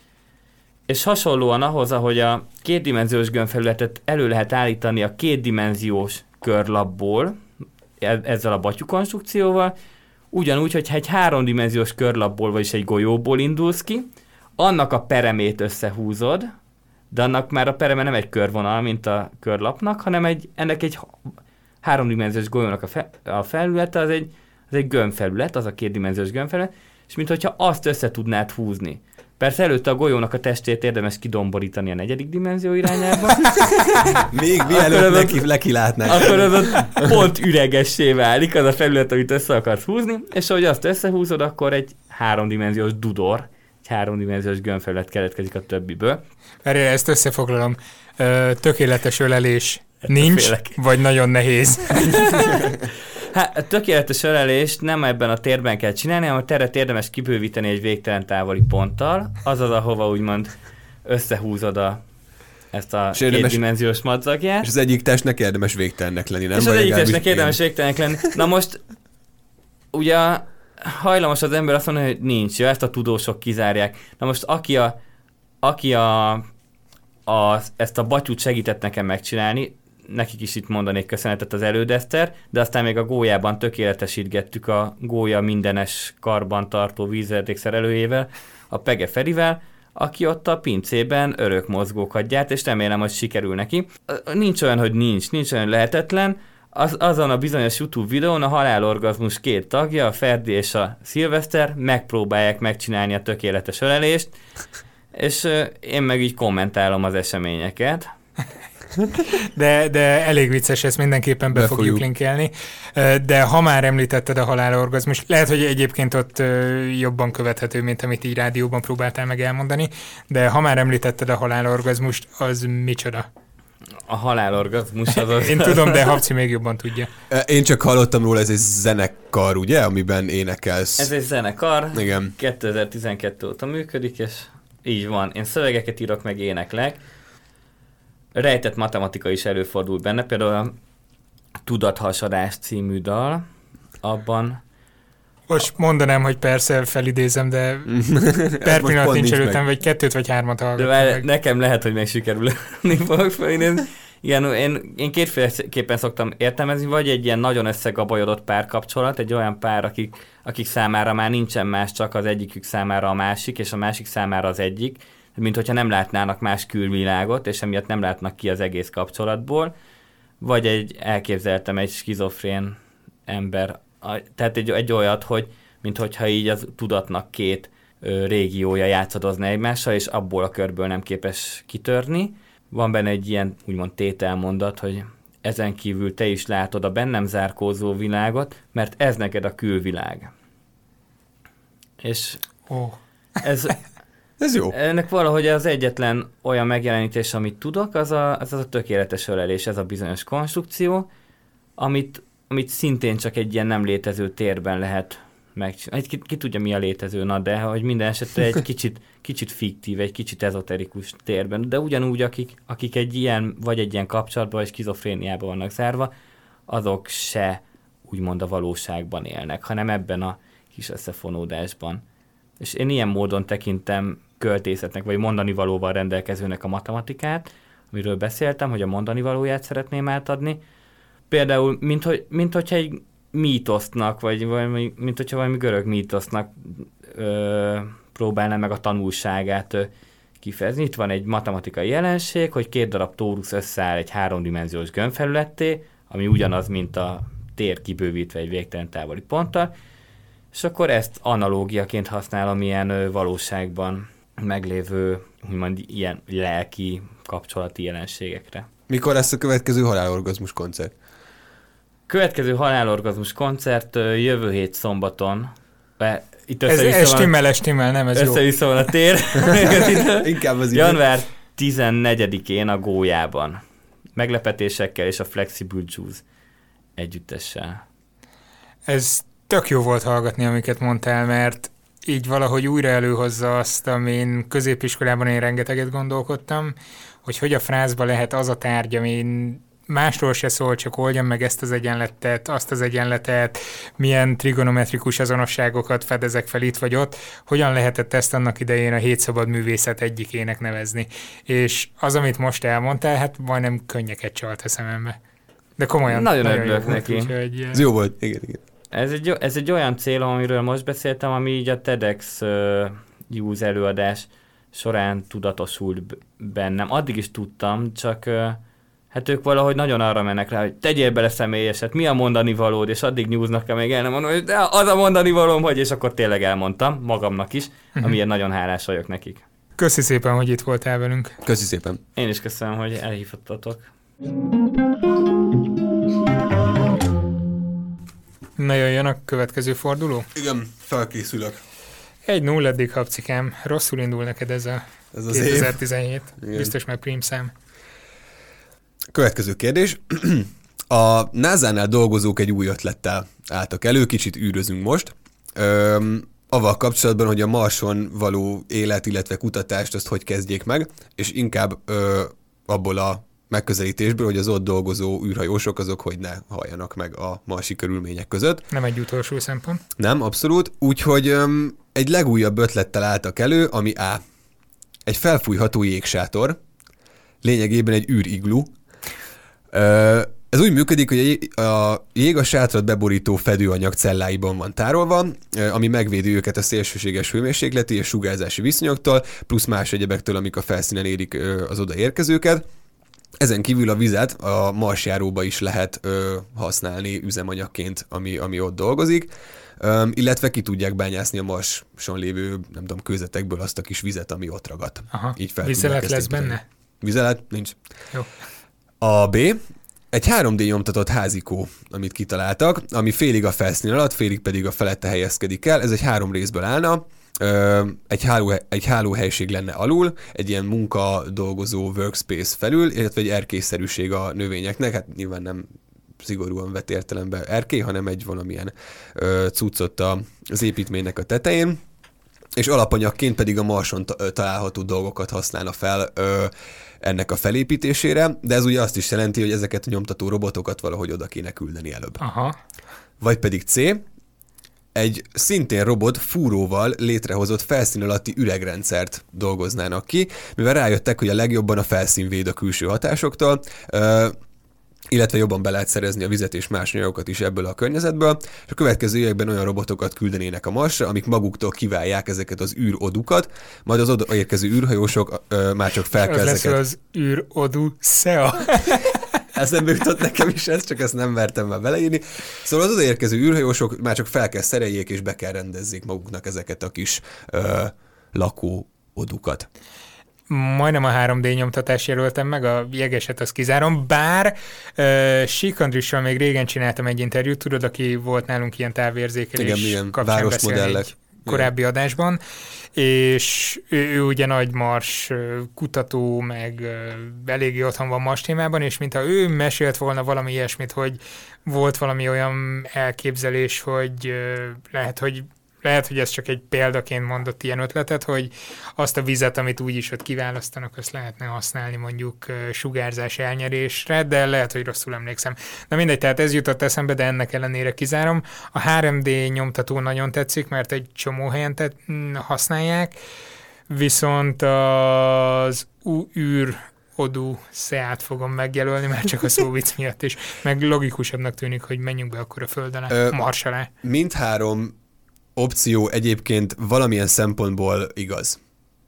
És hasonlóan ahhoz, ahogy a kétdimenziós gömbfelületet elő lehet állítani a kétdimenziós körlapból, ezzel a batyú konstrukcióval, ugyanúgy, hogyha egy háromdimenziós körlapból, vagyis egy golyóból indulsz ki, annak a peremét összehúzod, de annak már a pereme nem egy körvonal, mint a körlapnak, hanem egy, ennek egy háromdimenziós golyónak a, fe, a felülete, az egy, az egy gömbfelület, az a kétdimenziós gömbfelület, és minthogyha azt össze tudnád húzni. Persze előtte a golyónak a testét érdemes kidomborítani a negyedik dimenzió irányába. Még mielőtt neki lekilátnák. Akkor az ott pont üregessé válik az a felület, amit össze akarsz húzni, és ahogy azt összehúzod, akkor egy háromdimenziós dudor, egy háromdimenziós gömbfelület keletkezik a többiből. Erre ezt összefoglalom. Tökéletes ölelés nincs, Félek. vagy nagyon nehéz. Hát a tökéletes ölelést nem ebben a térben kell csinálni, hanem a teret érdemes kibővíteni egy végtelen távoli ponttal, azaz, ahova úgymond összehúzod a, ezt a kétdimenziós madzagját. És az egyik testnek érdemes végtelennek lenni, nem? És az egyik testnek érdemes végtelennek lenni. Na most, ugye hajlamos az ember azt mondani, hogy nincs, ja, ezt a tudósok kizárják. Na most aki, a, aki a, a, ezt a batyút segített nekem megcsinálni, nekik is itt mondanék köszönetet az elődeszter, de aztán még a gólyában tökéletesítgettük a gólya mindenes karbantartó vízvezeték szerelőjével, a Pege Ferivel, aki ott a pincében örök mozgókat gyárt, és remélem, hogy sikerül neki. Nincs olyan, hogy nincs, nincs olyan lehetetlen. Az, azon a bizonyos YouTube videón a halálorgazmus két tagja, a Ferdi és a Szilveszter megpróbálják megcsinálni a tökéletes ölelést, és uh, én meg így kommentálom az eseményeket. De, de elég vicces, ezt mindenképpen be, be fogjuk, fogjuk linkelni. De ha már említetted a halálorgazmus, lehet, hogy egyébként ott jobban követhető, mint amit így rádióban próbáltál meg elmondani, de ha már említetted a halálorgazmust, az micsoda? A halálorgazmus az az... Én tudom, de Habci még jobban tudja. Én csak hallottam róla, ez egy zenekar, ugye, amiben énekelsz. Ez egy zenekar, igen. kétezer-tizenkettő óta működik, és így van. Én szövegeket írok, meg éneklek. Rejtett matematika is előfordul benne, például a Tudathasadás című dal, abban... Most mondanám, hogy persze felidézem, de per pillanat nincs előttem, vagy kettőt vagy hármat hallgatom meg. Nekem lehet, hogy meg sikerül fogok felidézni. Igen, én, én kétféleképpen szoktam értelmezni, vagy egy ilyen nagyon összegabajodott párkapcsolat, egy olyan pár, akik, akik számára már nincsen más, csak az egyikük számára a másik, és a másik számára az egyik, mint hogyha nem látnának más külvilágot, és emiatt nem látnak ki az egész kapcsolatból, vagy egy, elképzeltem egy skizofrén ember, tehát egy, egy olyat, hogy minthogyha így az tudatnak két ö, régiója játszadozna egymással, és abból a körből nem képes kitörni. Van benne egy ilyen úgymond tételmondat, hogy ezen kívül te is látod a bennem zárkózó világot, mert ez neked a külvilág. És oh. ez... Ez jó. Ennek valahogy az egyetlen olyan megjelenítés, amit tudok, az a, az, az a tökéletes ölelés, ez a bizonyos konstrukció, amit, amit szintén csak egy ilyen nem létező térben lehet megcsinálni. Ki, ki tudja, mi a létező, na de hogy minden esetre egy kicsit, kicsit fiktív, egy kicsit ezoterikus térben, de ugyanúgy, akik, akik egy ilyen, vagy egy ilyen kapcsolatban, vagy skizofréniában vannak zárva, azok se úgymond a valóságban élnek, hanem ebben a kis összefonódásban. És én ilyen módon tekintem költészetnek, vagy mondani valóval rendelkezőnek a matematikát, amiről beszéltem, hogy a mondani valóját szeretném átadni. Például, mint, hogy, mint hogyha egy mítosznak, vagy valami, mint hogyha valami görög mítosznak ö, próbálná meg a tanulságát ö, kifejezni. Itt van egy matematikai jelenség, hogy két darab tórusz összeáll egy háromdimenziós gömbfelületté, ami ugyanaz, mint a tér kibővítve egy végtelen távoli ponttal, és akkor ezt analógiaként használom ilyen ö, valóságban meglévő, úgymond ilyen lelki kapcsolati jelenségekre. Mikor lesz a következő halálorgazmus koncert? Következő halálorgazmus koncert ö, jövő hét szombaton. Be, itt ez ez stimmel, ez stimmel, nem ez össze-vissza van a tér. Inkább az idő. január tizennegyedikén a Gólyában. Meglepetésekkel és a Flexible Juice együttessel. Ez tök jó volt hallgatni, amiket mondtál, mert így valahogy újra előhozza azt, amin középiskolában én rengeteget gondolkodtam, hogy hogy a frászba lehet az a tárgy, amin másról se szól, csak oldjam meg ezt az egyenletet, azt az egyenletet, milyen trigonometrikus azonosságokat fedezek fel itt vagy ott, hogyan lehetett ezt annak idején a hét szabad művészet egyikének nevezni. És az, amit most elmondtál, hát majdnem könnyeket csalt a szemembe. De komolyan. Nagyon, nagyon örülök neki. Úgyhogy, ez jó volt, igen, igen. Ez egy, ez egy olyan célom, amiről most beszéltem, ami így a TEDx uh, Use előadás során tudatosult bennem. Addig is tudtam, csak uh, hát ők valahogy nagyon arra mennek rá, hogy tegyél bele személyeset, mi a mondani valód, és addig nyúznak kell még el nem mondom, hogy de az a mondani valóm, hogy, és akkor tényleg elmondtam, magamnak is, uh-huh. amiért nagyon hálás vagyok nekik. Köszi szépen, hogy itt voltál velünk. Köszi szépen. Én is köszönöm, hogy elhívtatok. Na jöjjön a következő forduló? Igen, felkészülök. egy null eddig, Habcikám. Rosszul indul neked ez a ez az kétezer-tizenhét. Igen. Biztos meg prímszám. Következő kérdés. A názánál dolgozók egy új ötlettel álltak elő, kicsit űrözünk most. Öm, avval kapcsolatban, hogy a Marson való élet, illetve kutatást azt hogy kezdjék meg, és inkább ö, abból a megközelítésből, hogy az ott dolgozó űrhajósok azok hogy ne halljanak meg a marsi körülmények között. Nem egy utolsó szempont. Nem, abszolút. Úgyhogy öm, egy legújabb ötlettel álltak elő, ami A. Egy felfújható jégsátor, lényegében egy űriglu. Ö, ez úgy működik, hogy a jég a sátrat beborító fedőanyag celláiban van tárolva, ami megvédi őket a szélsőséges hőmérsékleti és sugárzási viszonyoktól, plusz más egyebektől, amik a felszínen érik az odaérkezőket. Ezen kívül a vizet a marsjáróba is lehet ö, használni üzemanyagként, ami, ami ott dolgozik, ö, illetve ki tudják bányászni a Marson lévő, nem tudom, kőzetekből azt a kis vizet, ami ott ragadt. Aha, vizelet lesz benne? Vizelet? Nincs. Jó. A B. Egy három dé nyomtatott házikó, amit kitaláltak, ami félig a felszín alatt, félig pedig a felette helyezkedik el. Ez egy három részből állna. Egy, háló, egy hálóhelység lenne alul, egy ilyen munka dolgozó workspace felül, illetve egy erkélyszerűség a növényeknek, hát nyilván nem szigorúan vett értelemben erkély, hanem egy valamilyen ö, cuccot az építménynek a tetején, és alapanyagként pedig a Marson ta- található dolgokat használna fel ö, ennek a felépítésére, de ez ugye azt is jelenti, hogy ezeket a nyomtató robotokat valahogy oda kéne küldeni előbb. Aha. Vagy pedig C. Egy szintén robot fúróval létrehozott felszín alatti üregrendszert dolgoznának ki, mivel rájöttek, hogy a legjobban a felszín véd a külső hatásoktól, illetve jobban be lehet szerezni a vizet és más anyagokat is ebből a környezetből, és a következő években olyan robotokat küldenének a Marsra, amik maguktól kiválják ezeket az űrodukat, majd az odaérkező űrhajósok ö, már csak fel kell ezeket... Ez az űrodu szea. Eszembe jutott nekem is ez, csak ezt nem mertem már beleírni. Szóval az odaérkező űrhajósok már csak fel kell szereljék, és be kell rendezzék maguknak ezeket a kis ö, lakóodukat. Majdnem a három dé nyomtatás jelöltem meg, a jegeset azt kizárom, bár uh, Sík Andrissal még régen csináltam egy interjút, tudod, aki volt nálunk ilyen távérzékelés igen, milyen kapcsán városmodellek. beszélni korábbi yeah. adásban, és ő, ő ugye nagy mars kutató, meg eléggé otthon van mars témában, és mintha ő mesélt volna valami ilyesmit, hogy volt valami olyan elképzelés, hogy lehet, hogy Lehet, hogy ez csak egy példaként mondott ilyen ötletet, hogy azt a vizet, amit úgyis ott kiválasztanak, azt lehetne használni mondjuk sugárzás elnyerésre, de lehet, hogy rosszul emlékszem. Na mindegy, tehát ez jutott eszembe, de ennek ellenére kizárom. A három dé nyomtató nagyon tetszik, mert egy csomó helyen te- használják, viszont az űr Odoo Seát fogom megjelölni, már csak a szóvic miatt is, meg logikusabbnak tűnik, hogy menjünk be akkor a föld alá, Ö, Mars alá. Mindhárom opció egyébként valamilyen szempontból igaz.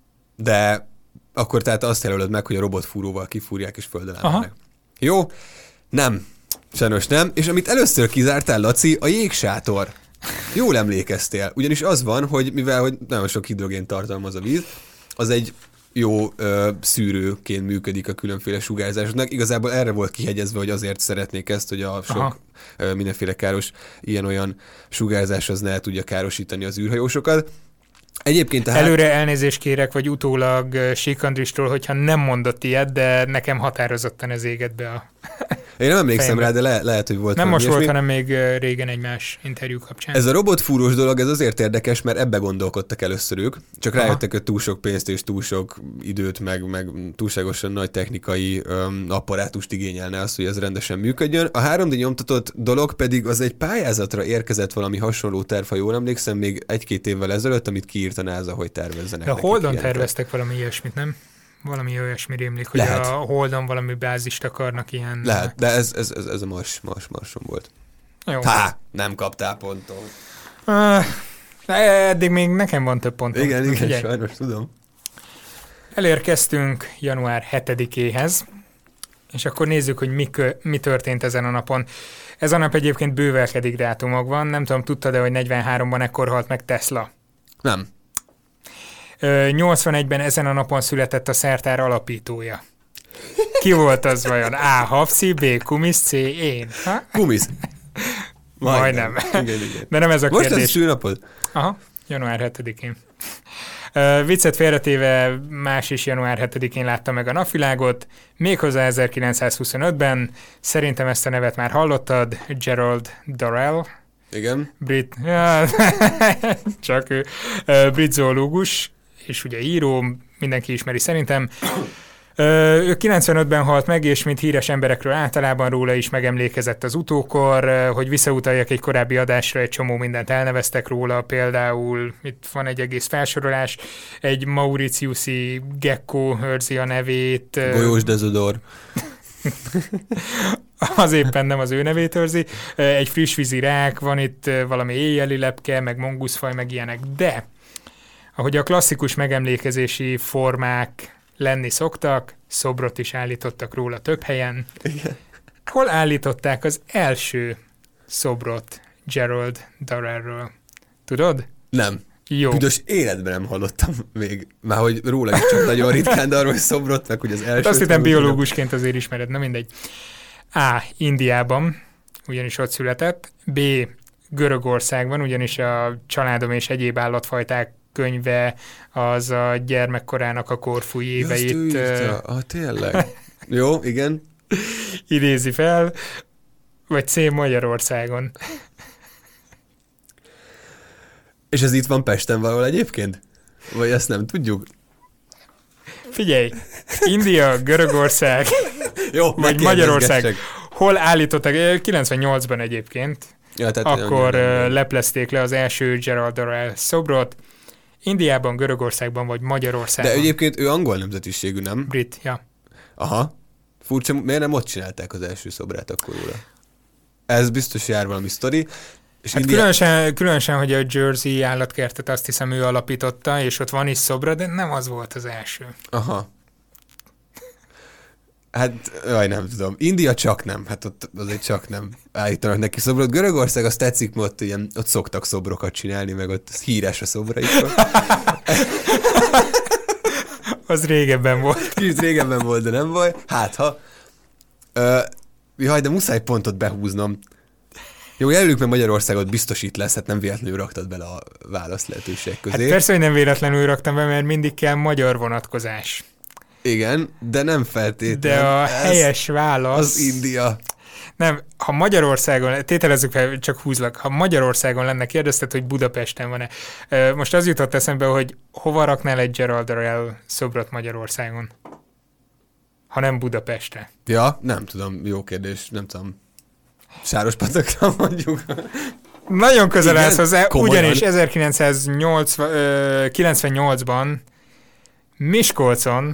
De akkor tehát azt jelölöd meg, hogy a robotfúróval kifúrják és föld alá mennek. Jó? Nem. Sajnos nem. És amit először kizártál, Laci, a jégsátor. Jól emlékeztél. Ugyanis az van, hogy mivel hogy nagyon sok hidrogén tartalmaz a víz, az egy jó ö, szűrőként működik a különféle sugárzásoknak. Igazából erre volt kihegyezve, hogy azért szeretnék ezt, hogy a sok ö, mindenféle káros ilyen-olyan sugárzás az ne tudja károsítani az űrhajósokat. Egyébként tehát... Előre elnézést kérek, vagy utólag Sík Andristól, hogyha nem mondott ilyet, de nekem határozottan ez égett be a... Én nem emlékszem fejembe. rá, de le, lehet, hogy volt. Nem most volt, hanem még régen egy más interjú kapcsán. Ez a robotfúrós dolog, ez azért érdekes, mert ebbe gondolkodtak először ők. Csak Aha. rájöttek, hogy túl sok pénzt és túl sok időt, meg, meg túlságosan nagy technikai um, apparátust igényelne az, hogy ez rendesen működjön. A három dé nyomtatott dolog pedig az egy pályázatra érkezett valami hasonló terv, ha jól emlékszem, még egy-két évvel ezelőtt, amit kiírt a NASA, hogy tervezzenek. De a Holdon terveztek valami ilyesmit, nem? Valami olyasmi rémlik, hogy Lehet. a Holdon valami bázist akarnak ilyen... Lehet, de ez, ez, ez, ez a Mars, Mars, Marson volt. Jó. Há, nem kaptál ponton. Uh, eddig még nekem van több pontom. Igen, igen, Figyelj. sajnos tudom. Elérkeztünk január hetedikéhez, és akkor nézzük, hogy mi, kö, mi történt ezen a napon. Ez a nap egyébként bővelkedik dátumokban. Nem tudom, tudtad-e, hogy negyvenháromban ekkor halt meg Tesla? Nem. nyolcvanegyben ezen a napon született a szertár alapítója. Ki volt az vajon? A. Hafsi, B. Kumis, C. Én. Ha? Kumis. Majdnem. Igen, igen. De nem ez a Most kérdés. Most ez szülnapod? Aha, január hetedikén. Uh, viccet félretéve más is január hetedikén látta meg a napvilágot, méghozzá ezerkilencszázhuszonötben. Szerintem ezt a nevet már hallottad, Gerald Durrell. Igen. Brit, ja, csak ő, uh, brit zoológus, és ugye író, mindenki ismeri szerintem. Ő kilencvenötben halt meg, és mint híres emberekről általában róla is megemlékezett az utókor, hogy visszautaljak egy korábbi adásra, egy csomó mindent elneveztek róla, például itt van egy egész felsorolás, egy mauritiusi gecko őrzi a nevét. Golyós dezodor. Az éppen nem az ő nevét őrzi. Egy frissvízi rák, van itt valami éjjeli lepke, meg monguszfaj, meg ilyenek, de ahogy a klasszikus megemlékezési formák lenni szoktak, szobrot is állítottak róla több helyen. Igen. Hol állították az első szobrot Gerald Durrellről? Tudod? Nem. Jó. Büdös életben nem hallottam még. Már hogy róla is csak nagyon ritkán, de arról, hogy szobrot, meg hogy az első... Hát azt hittem biológusként azért ismered, na mindegy. A. Indiában, ugyanis ott született. B. Görögországban, ugyanis a Családom és egyéb állatfajták könyve az a gyermekkorának a korfúj éveit... Ja, ah, tényleg. Jó, igen. idézi fel, vagy C. Magyarországon. És ez itt van Pesten valahol egyébként? Vagy ezt nem tudjuk? Figyelj, India, Görögország, Jó, vagy Magyarország. Hol állítottak? kilencvennyolcban egyébként. Ja, tehát akkor leplezték le az első Gerald Durrell szobrot. Indiában, Görögországban vagy Magyarországon. De egyébként ő angol nemzetiségű, nem? Brit, ja. Aha. Furcsa, miért nem ott csinálták az első szobrát akkor róla? Ez biztos jár valami sztori. És hát India... különösen, különösen, hogy a Jersey állatkertet azt hiszem ő alapította, és ott van is szobra, de nem az volt az első. Aha. Hát, jaj, nem tudom. India csak nem. Hát ott azért csak nem állítanak neki szobrot. Görögország, azt tetszik, mert ott, ilyen, ott szoktak szobrokat csinálni, meg ott híres a szobraikról. Az régebben volt. Kicsit régebben volt, de nem baj. Hát, ha. Ö, jaj, de muszáj pontot behúznom. Jó, jelöljük meg Magyarországot, biztos itt lesz, hát nem véletlenül raktad bele a válasz lehetőség közé. Hát persze, hogy nem véletlenül raktam be, mert mindig kell magyar vonatkozás. Igen, de nem feltétlenül. De a helyes válasz... Az India. Nem, ha Magyarországon, tételezzük fel, csak húzlak, ha Magyarországon lenne, kérdezted, hogy Budapesten van-e. Most az jutott eszembe, hogy hova raknál egy Gerald Darrell szobrot Magyarországon? Ha nem Budapestre. Ja, nem tudom, jó kérdés, nem tudom. Sárospatakra mondjuk. Nagyon közel állsz hozzá, komolyan. ugyanis ezerkilencszázkilencvennyolcban Miskolcon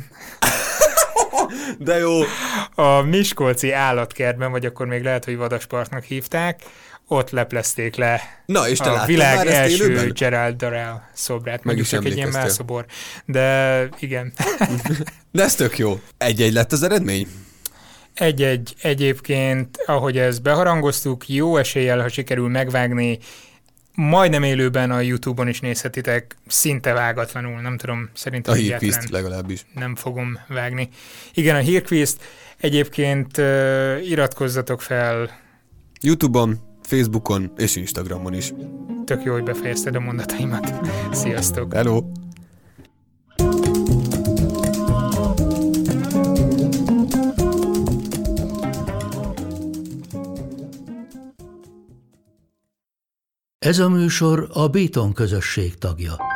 De jó. a Miskolci állatkertben, vagy akkor még lehet, hogy Vadasparknak hívták, ott leplezték le Na, és te a láttad világ már ezt első élőben? Gerald Darrell szobrát. Meg Mondjuk is csak egy ilyen emlékeztél. melszobor. De igen. De ez tök jó. Egy-egy lett az eredmény? Egy-egy egyébként, ahogy ezt beharangoztuk, jó eséllyel, ha sikerül megvágni, majdnem élőben a YouTube-on is nézhetitek, szinte vágatlanul, nem tudom, szerintem A egyáltalán hírkvízt legalábbis. nem fogom vágni. Igen, a hírkvízt, egyébként uh, iratkozzatok fel. YouTube-on, Facebookon és Instagramon is. Tök jó, hogy befejezted a mondataimat. Sziasztok! Hello! Ez a műsor a Béton közösség tagja.